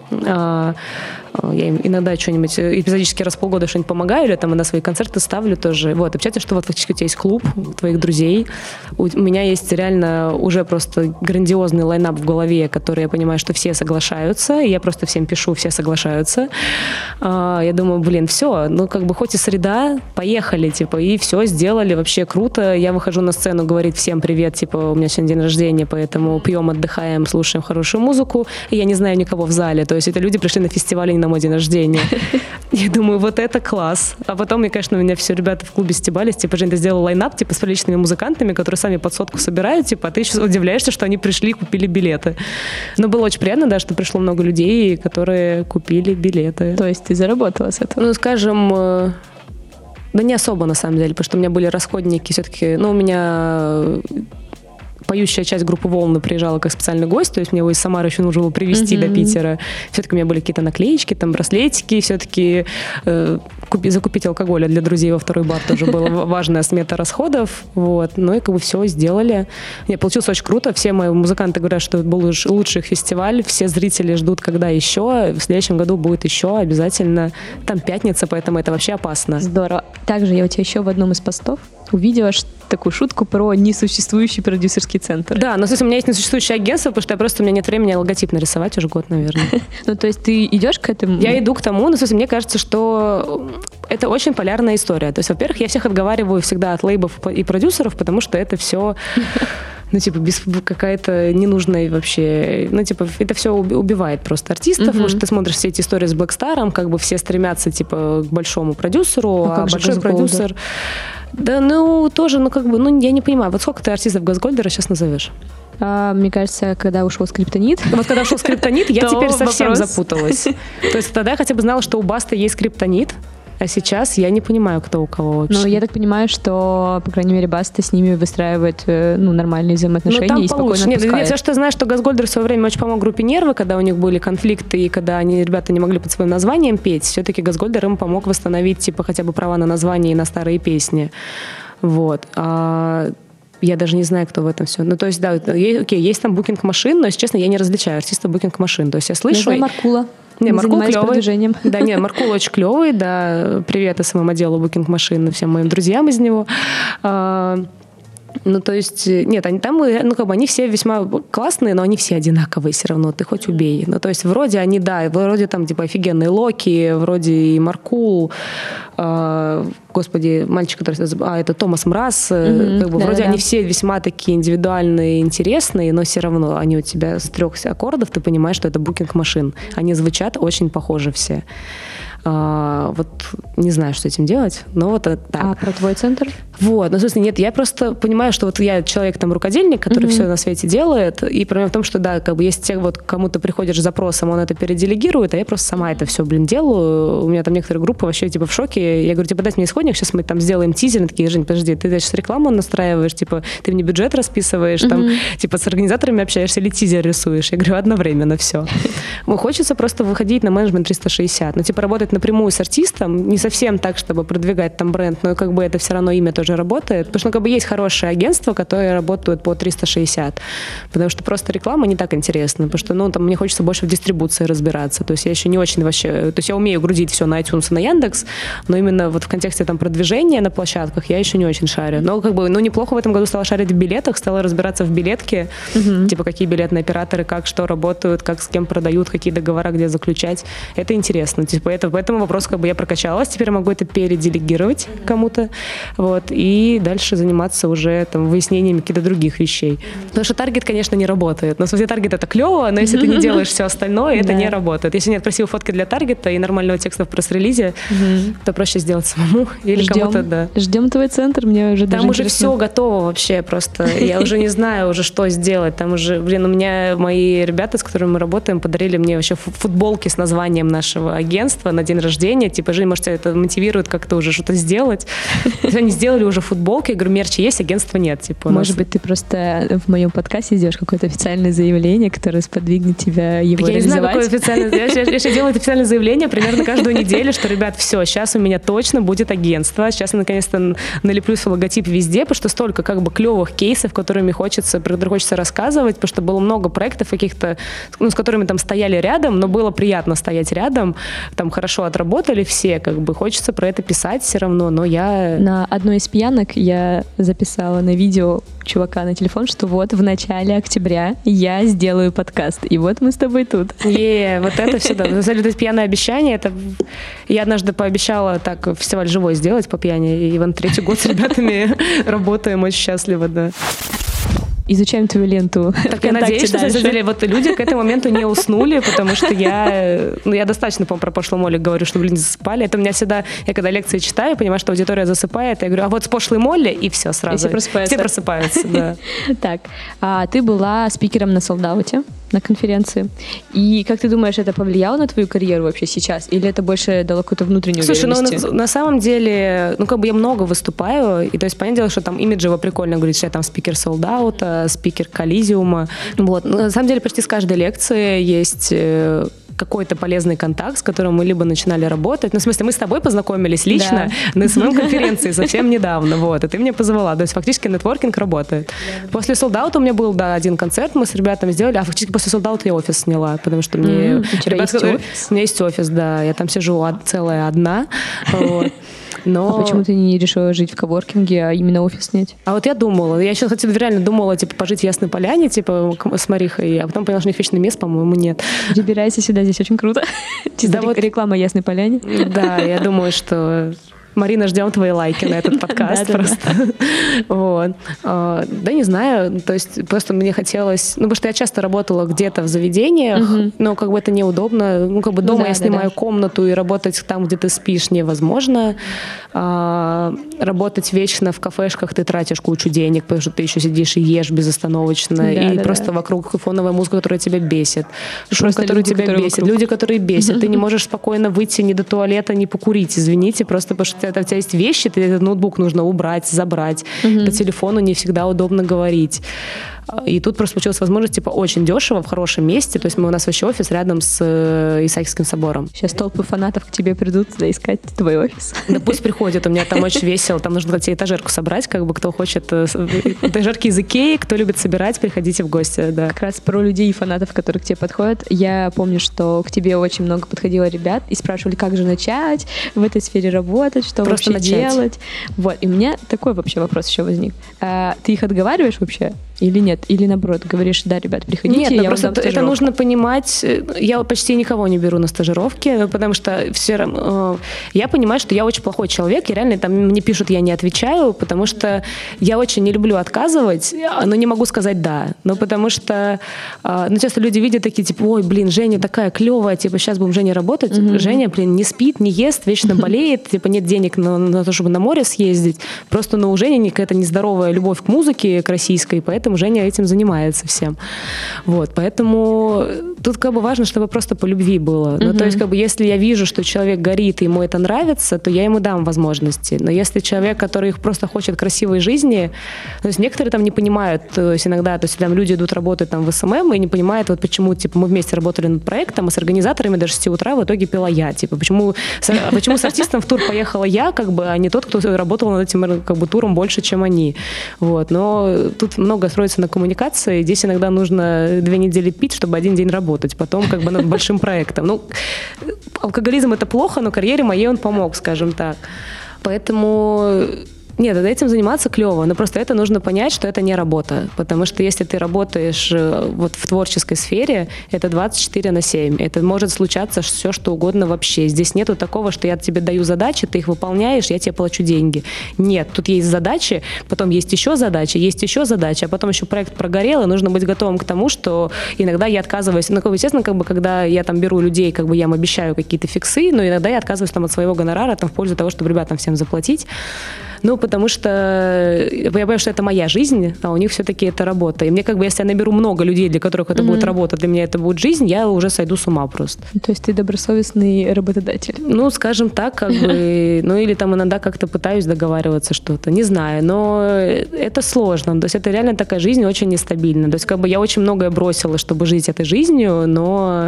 Я им иногда что-нибудь, эпизодически раз в полгода что-нибудь помогаю, или там иногда свои концерты ставлю тоже. Вот, общаться, что вот фактически у тебя есть клуб твоих друзей. У меня есть реально уже просто грандиозный лайнап в голове, который я понимаю, что все соглашаются, и я просто всем пишу, все соглашаются. Я думаю, блин, все, ну как бы хоть и среда, поехали, типа, и все, сделали, вообще круто. Я выхожу на сцену, говорит всем привет, типа, у меня сегодня день рождения, поэтому пьем, отдыхаем, слушаем хорошую музыку, и я не знаю никого в зале, то есть это люди пришли на фестиваль, не на мой день рождения. Я думаю, вот это класс. А потом, мне, конечно, у меня все ребята в клубе стебались, типа, Жень, ты сделала лайнап, типа, с приличными музыкантами, которые сами под сотку собирают, типа, а ты еще удивляешься, что они пришли и купили билеты. Но было очень приятно, да, что пришло много людей, которые купили билеты. То есть ты заработала с этого? Ну, скажем, да не особо, на самом деле, потому что у меня были расходники все-таки, ну, у меня... поющая часть группы «Волны» приезжала как специальный гость, то есть мне его из Самары еще нужно было привезти mm-hmm. до Питера. Все-таки у меня были какие-то наклеечки, там браслетики, все-таки э, купи, закупить алкоголя для друзей во второй бар тоже была важная смета расходов, вот, ну и как бы все сделали. Не, получилось очень круто, все мои музыканты говорят, что это был лучший их фестиваль, все зрители ждут, когда еще, в следующем году будет еще обязательно, там пятница, поэтому это вообще опасно. Здорово. Также я у тебя еще в одном из постов увидела такую шутку про несуществующий продюсерский центр. Да, но, в смысле, у меня есть несуществующее агентство, потому что я просто, у меня нет времени логотип нарисовать уже год, наверное. Ну, то есть ты идешь к этому? Я иду к тому, но, в смысле, мне кажется, что это очень полярная история. То есть, во-первых, я всех отговариваю всегда от лейбов и продюсеров, потому что это все... Ну, типа, без какая-то ненужная вообще... Ну, типа, это все убивает просто артистов, mm-hmm. потому что ты смотришь все эти истории с Блэкстаром, как бы все стремятся, типа, к большому продюсеру, а, а большой продюсер... Да, ну, тоже, ну, как бы, ну, я не понимаю, вот сколько ты артистов Газгольдера сейчас назовешь? А, мне кажется, когда ушел Скриптонит. Вот когда ушел Скриптонит, я теперь совсем запуталась. То есть тогда я хотя бы знала, что у Басты есть Скриптонит, а сейчас я не понимаю, кто у кого вообще. Ну, я так понимаю, что, по крайней мере, Баста с ними выстраивает ну, нормальные взаимоотношения ну, и спокойно отпускает. Нет, я все, что знаю, что Газгольдер в свое время очень помог группе «Нервы», когда у них были конфликты, и когда они, ребята не могли под своим названием петь, все-таки Газгольдер им помог восстановить, типа, хотя бы права на название и на старые песни. Вот. А... Я даже не знаю, кто в этом все. Ну, то есть, да, есть, окей, есть там букинг-машин, но, если честно, я не различаю артистов букинг-машин. То есть я слышу... Я знаю Маркула. Не, Маркул клевый. Да, не, Маркул очень клевый, да. Привет эс эм эм-отделу букинг-машин, всем моим друзьям из него. Ну, то есть, нет, они там, ну, как бы, они все весьма классные, но они все одинаковые все равно, ты хоть убей. Ну, то есть, вроде они, да, вроде там, типа, офигенные Локи, вроде и Маркул, э, господи, мальчик, который... А, это Томас Мраз, mm-hmm. как бы, да, вроде да. они все весьма такие индивидуальные, интересные, но все равно они у тебя с трех аккордов, ты понимаешь, что это букинг-машин. Они звучат очень похожи все. А, вот не знаю, что с этим делать, но вот так. А про твой центр? Вот, ну, в смысле, нет, я просто понимаю, что вот я человек там рукодельник, который mm-hmm. все на свете делает, и проблема в том, что, да, как бы есть те, вот кому ты приходишь с запросом, он это переделегирует, а я просто сама это все, блин, делаю. У меня там некоторые группы вообще, типа, в шоке. Я говорю, типа, дайте мне исходник, сейчас мы там сделаем тизер. Они такие: Жень, подожди, ты сейчас рекламу настраиваешь, типа, ты мне бюджет расписываешь, mm-hmm. там, типа, с организаторами общаешься или тизер рисуешь. Я говорю, одновременно все. Хочется просто выходить на менеджмент триста шестьдесят, ну, типа, работать напрямую с артистом, не совсем так, чтобы продвигать там бренд, но как бы это все равно имя тоже работает, потому что ну, как бы есть хорошие агентства, которые работают по триста шестьдесят, потому что просто реклама не так интересна, потому что ну, там, мне хочется больше в дистрибуции разбираться, то есть я еще не очень вообще, то есть я умею грузить все на iTunes и на Яндекс, но именно вот в контексте там продвижения на площадках я еще не очень шарю, но как бы, ну неплохо в этом году стала шарить в билетах, стала разбираться в билетке, угу. типа какие билетные операторы, как, что работают, как с кем продают, какие договора, где заключать, это интересно, типа это, поэтому вопрос как бы я прокачалась, теперь могу это переделегировать кому-то, вот, и дальше заниматься уже там выяснением каких-то других вещей. Потому что таргет, конечно, не работает. Но, в смысле, таргет — это клево, но если ты не делаешь все остальное, это не работает. Если нет красивой фотки для таргета и нормального текста в пресс-релизе, то проще сделать самому или кому-то, да. Ждем твой центр, мне уже Там уже все готово вообще просто. Я уже не знаю уже, что сделать. Там уже, блин, у меня мои ребята, с которыми мы работаем, подарили мне вообще футболки с названием нашего агентства на день рождения. Типа, Жень, может, тебя это мотивирует как-то уже что-то сделать. Они сделали уже футболки. Я говорю, мерча есть, агентства нет. Типа, может быть, ты просто в моем подкасте сделаешь какое-то официальное заявление, которое сподвигнет тебя его я реализовать. Я не знаю, какое официальное. Я, я, я делаю это официальное заявление примерно каждую неделю, что, ребят, все, сейчас у меня точно будет агентство. Сейчас я наконец-то налеплю свой логотип везде, потому что столько как бы клевых кейсов, которыми хочется, про которые хочется рассказывать, потому что было много проектов каких-то, ну, с которыми там стояли рядом, но было приятно стоять рядом, там хорошо отработали все, как бы хочется про это писать все равно, но я... На одной из пьянок я записала на видео чувака на телефон, что вот в начале октября я сделаю подкаст, и вот мы с тобой тут. Е, вот это всегда. Это пьяное обещание, это... Я однажды пообещала так фестиваль живой сделать по пьяни, и вон третий год с ребятами работаем, очень счастливо, да. Изучаем твою ленту. Так я надеюсь, что, на самом деле, вот люди к этому моменту не уснули, потому что я, ну, я достаточно, по-моему, про пошлую Молли говорю, что, блин, засыпали. Это у меня всегда, я когда лекции читаю, понимаю, что аудитория засыпает, я говорю, а вот с пошлой Молли, и все сразу. И все просыпаются. Все просыпаются, да. Так, а ты была спикером на солдауте. на конференции. И как ты думаешь, это повлияло на твою карьеру вообще сейчас? Или это больше дало какую-то внутреннюю Слушай, уверенность? ну на, на самом деле, ну как бы я много выступаю, и то есть понятное дело, что там имиджево прикольно говорить, что я там спикер солдаута, спикер коллизиума. Вот. Но на самом деле почти с каждой лекции есть какой-то полезный контакт, с которым мы либо начинали работать. Ну, в смысле, мы с тобой познакомились лично да. на своем конференции совсем недавно, вот, и ты меня позвала. То есть фактически нетворкинг работает. Да. После солдаута у меня был, да, один концерт, мы с ребятами сделали, а фактически после солдаута я офис сняла, потому что мне... Mm, у тебя есть офис? У меня есть офис, да, я там сижу целая одна, вот. Но... А почему ты не решила жить в коворкинге, а именно офис снять? А вот я думала, я еще, кстати, реально думала, типа, пожить в Ясной Поляне, типа, с Марихой, а потом поняла, что у них вечное место, по-моему, нет. Перебирайся сюда, здесь очень круто. Чисто да, вот... реклама Ясной Поляне. Да, я думаю, что... Марина, ждем твои лайки на этот подкаст просто. Вот. Да не знаю, то есть просто мне хотелось... Ну, потому что я часто работала где-то в заведениях, но как бы это неудобно. Ну, как бы дома я снимаю комнату, и работать там, где ты спишь, невозможно. Работать вечно в кафешках ты тратишь кучу денег, потому что ты еще сидишь и ешь безостановочно, и просто вокруг фоновая музыка, которая тебя бесит. Шум, который тебя бесит. Люди, которые бесят. Ты не можешь спокойно выйти ни до туалета, ни покурить, извините, просто потому что это, у тебя есть вещи, ты этот ноутбук нужно убрать, забрать. Mm-hmm. По телефону не всегда удобно говорить. И тут просто получилась возможность, типа, очень дешево, в хорошем месте. То есть мы, у нас вообще офис рядом с Исаакиевским собором. Сейчас толпы фанатов к тебе придут туда искать твой офис. Да пусть приходят, у меня там очень весело. Там нужно тебе этажерку собрать, как бы, кто хочет. Этажерки из Икеи, кто любит собирать, приходите в гости, да. Как раз про людей и фанатов, которые к тебе подходят. Я помню, что к тебе очень много подходило ребят и спрашивали, как же начать в этой сфере работать, что просто вообще начать. Делать. Вот, и у меня такой вообще вопрос еще возник. А, ты их отговариваешь вообще или нет? Или наоборот, говоришь, да, ребят, приходите, нет, я ну, просто вам дам это нужно понимать. Я почти никого не беру на стажировки, потому что все равно, я понимаю, что я очень плохой человек, и реально там мне пишут, я не отвечаю, потому что я очень не люблю отказывать, но не могу сказать да. Ну, потому что ну, часто люди видят такие, типа, ой, блин, Женя такая клевая, типа, сейчас будем Женя работать. Mm-hmm. Женя, блин, не спит, не ест, вечно болеет, типа, нет денег на, на то, чтобы на море съездить. Просто, ну, у Жени какая-то нездоровая любовь к музыке, к российской, поэтому Женя этим занимается всем. Вот, поэтому тут как бы важно, чтобы просто по любви было. Mm-hmm. Ну, то есть, как бы, если я вижу, что человек горит, и ему это нравится, то я ему дам возможности. Но если человек, который просто хочет красивой жизни, то есть некоторые там не понимают, то есть иногда, то есть там люди идут работать там в эс эм эм и не понимают, вот почему, типа, мы вместе работали над проектом, и с организаторами до шести утра в итоге пела я, типа, почему, почему с артистом в тур поехала я, как бы, а не тот, кто работал над этим, как бы, туром больше, чем они. Вот, но тут много строится на коммуникации, здесь иногда нужно две недели пить, чтобы один день работать, потом как бы над большим проектом. Ну, алкоголизм это плохо, но карьере моей он помог, скажем так. Поэтому... Нет, этим заниматься клево, но просто это нужно понять, что это не работа, потому что если ты работаешь вот в творческой сфере, это двадцать четыре на семь, это может случаться все, что угодно вообще. Здесь нету такого, что я тебе даю задачи, ты их выполняешь, я тебе плачу деньги. Нет, тут есть задачи, потом есть еще задачи, есть еще задачи, а потом еще проект прогорел, и нужно быть готовым к тому, что иногда я отказываюсь, ну, как бы, естественно, как бы, когда я там беру людей, как бы я им обещаю какие-то фиксы, но иногда я отказываюсь там от своего гонорара там, в пользу того, чтобы ребятам всем заплатить. Ну, потому что я понимаю, что это моя жизнь, а у них все-таки это работа. И мне как бы, если я наберу много людей, для которых это mm-hmm. будет работа, для меня это будет жизнь, я уже сойду с ума просто. То есть ты добросовестный работодатель? Ну, скажем так, как бы, ну, или там иногда как-то пытаюсь договариваться что-то, не знаю, но это сложно. То есть это реально такая жизнь очень нестабильная. То есть как бы я очень многое бросила, чтобы жить этой жизнью, но...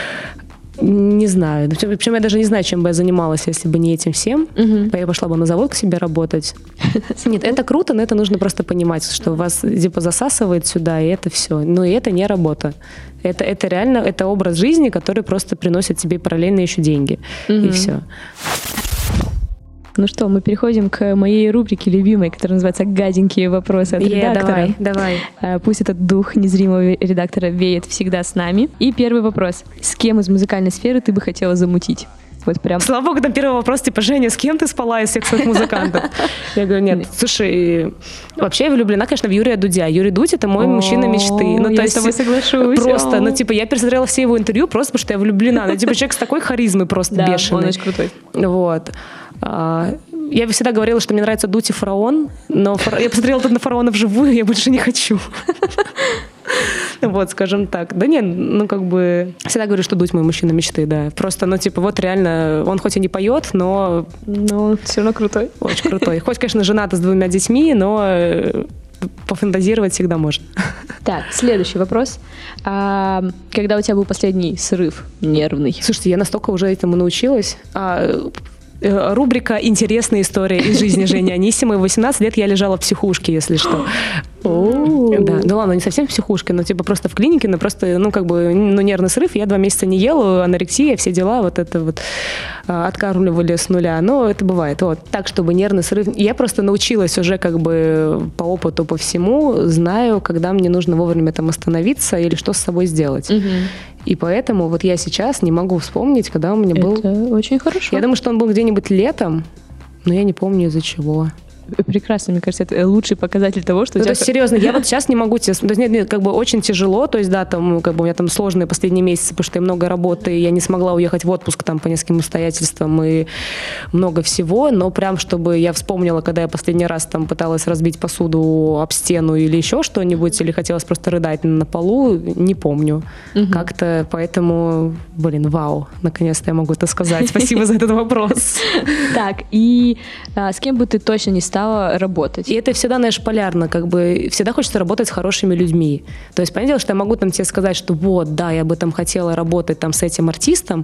Не знаю. Причем я даже не знаю, чем бы я занималась, если бы не этим всем. Угу. Я пошла бы на завод к себе работать. Нет, это круто, но это нужно просто понимать, что вас типа засасывает сюда, и это все. Но и это не работа. Это, это реально, это образ жизни, который просто приносит тебе параллельно еще деньги. Угу. И все. Ну что, мы переходим к моей рубрике любимой, которая называется «Гаденькие вопросы от yeah, редактора». Давай, давай. Пусть этот дух незримого редактора веет всегда с нами. И первый вопрос. С кем из музыкальной сферы ты бы хотела замутить? Вот прям. Слава богу, там первый вопрос, типа, Женя, с кем ты спала из всех своих музыкантов? Я говорю, нет, слушай, вообще я влюблена, конечно, в Юрия Дудя. Юрий Дудь — это мой мужчина мечты. Ну, я с тобой соглашусь. Просто, ну, типа, я пересмотрела все его интервью просто потому, что я влюблена. Ну, типа, человек с такой харизмой просто бешеный. Да, он очень крутой. Вот. Я всегда говорила, что мне нравится Дудь и Фараон, но фара... я посмотрела тут на Фараона вживую, и я больше не хочу. Вот, скажем так. Да нет, ну как бы... Всегда говорю, что Дудь мой мужчина мечты, да. Просто, ну типа вот реально, он хоть и не поет, но... Но все равно крутой. Очень крутой. Хоть, конечно, женат с двумя детьми, но пофантазировать всегда можно. Так, следующий вопрос. А, когда у тебя был последний срыв нервный? Слушайте, я настолько уже этому научилась. А, рубрика «Интересные истории из жизни Жени Анисимовой». В восемнадцать лет я лежала в психушке, если что. Да, ну ладно, не совсем в психушке, но типа просто в клинике, но просто, ну как бы, ну нервный срыв, я два месяца не ела, анорексия, все дела, вот это вот откармливали с нуля, но это бывает. Вот так, чтобы нервный срыв... Я просто научилась уже как бы по опыту, по всему, знаю, когда мне нужно вовремя там остановиться или что с собой сделать. Угу. И поэтому вот я сейчас не могу вспомнить, когда у меня был... Это очень хорошо. Я думаю, что он был где-нибудь летом, но я не помню из-за чего. Прекрасно, мне кажется, это лучший показатель того, что ну, у тебя... То есть, серьезно, я вот сейчас не могу тебе... То есть, нет, нет, как бы очень тяжело, то есть, да, там, как бы у меня там сложные последние месяцы, потому что я много работы, и я не смогла уехать в отпуск там по нескольким обстоятельствам и много всего, но прям, чтобы я вспомнила, когда я последний раз там пыталась разбить посуду об стену или еще что-нибудь, или хотелось просто рыдать на полу, не помню. Угу. Как-то, поэтому, блин, вау, наконец-то я могу это сказать. Спасибо за этот вопрос. Так, и с кем бы ты точно не стала работать? И это всегда, знаешь, полярно, как бы всегда хочется работать с хорошими людьми. То есть, понятно, что я могу там тебе сказать, что вот, да, я бы там хотела работать там с этим артистом,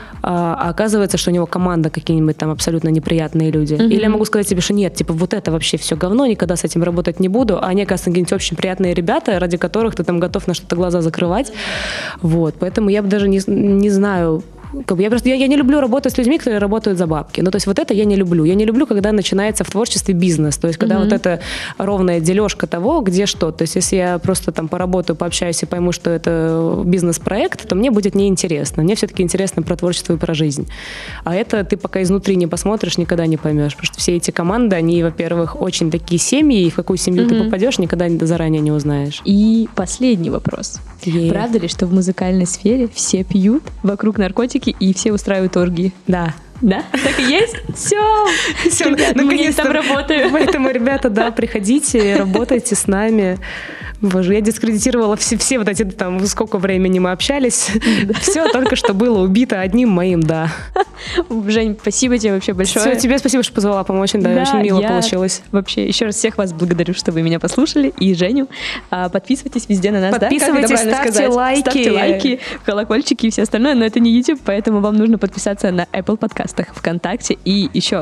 а, а оказывается, что у него команда какие-нибудь там абсолютно неприятные люди. Mm-hmm. Или я могу сказать тебе, что нет, типа вот это вообще все говно, никогда с этим работать не буду, а они, оказывается, какие-нибудь очень приятные ребята, ради которых ты там готов на что-то глаза закрывать. Вот, поэтому я бы даже не, не знаю... Как бы я просто я, я не люблю работать с людьми, которые работают за бабки. Ну, то есть вот это я не люблю. Я не люблю, когда начинается в творчестве бизнес. То есть когда mm-hmm. вот эта ровная дележка того, где что. То есть если я просто там поработаю, пообщаюсь и пойму, что это бизнес-проект, то мне будет неинтересно. Мне все-таки интересно про творчество и про жизнь. А это ты пока изнутри не посмотришь, никогда не поймешь. Потому что все эти команды, они, во-первых, очень такие семьи, и в какую семью mm-hmm. ты попадешь, никогда заранее не узнаешь. И последний вопрос. Yeah. Правда ли, что в музыкальной сфере все пьют, вокруг наркотики, и все устраивают оргии? Да. Да? Так и есть? Все! Все, мы там работаем. Поэтому, ребята, да, приходите, работайте с нами. Боже, я дискредитировала все, все вот эти, там, сколько времени мы общались. Все только что было убито одним моим «да». Жень, спасибо тебе вообще большое. Все, тебе спасибо, что позвала помочь. Да, да, очень мило получилось. Вообще, еще раз всех вас благодарю, что вы меня послушали, и Женю. Подписывайтесь везде на нас, Подписывайтесь, да? ставьте сказать? лайки. Ставьте лайки, колокольчики и все остальное, но это не YouTube, поэтому вам нужно подписаться на Apple подкастах, ВКонтакте и еще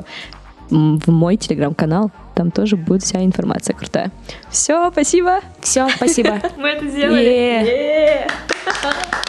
в мой телеграм-канал. Там тоже будет вся информация крутая. Все, спасибо. Все, спасибо. Мы это сделали.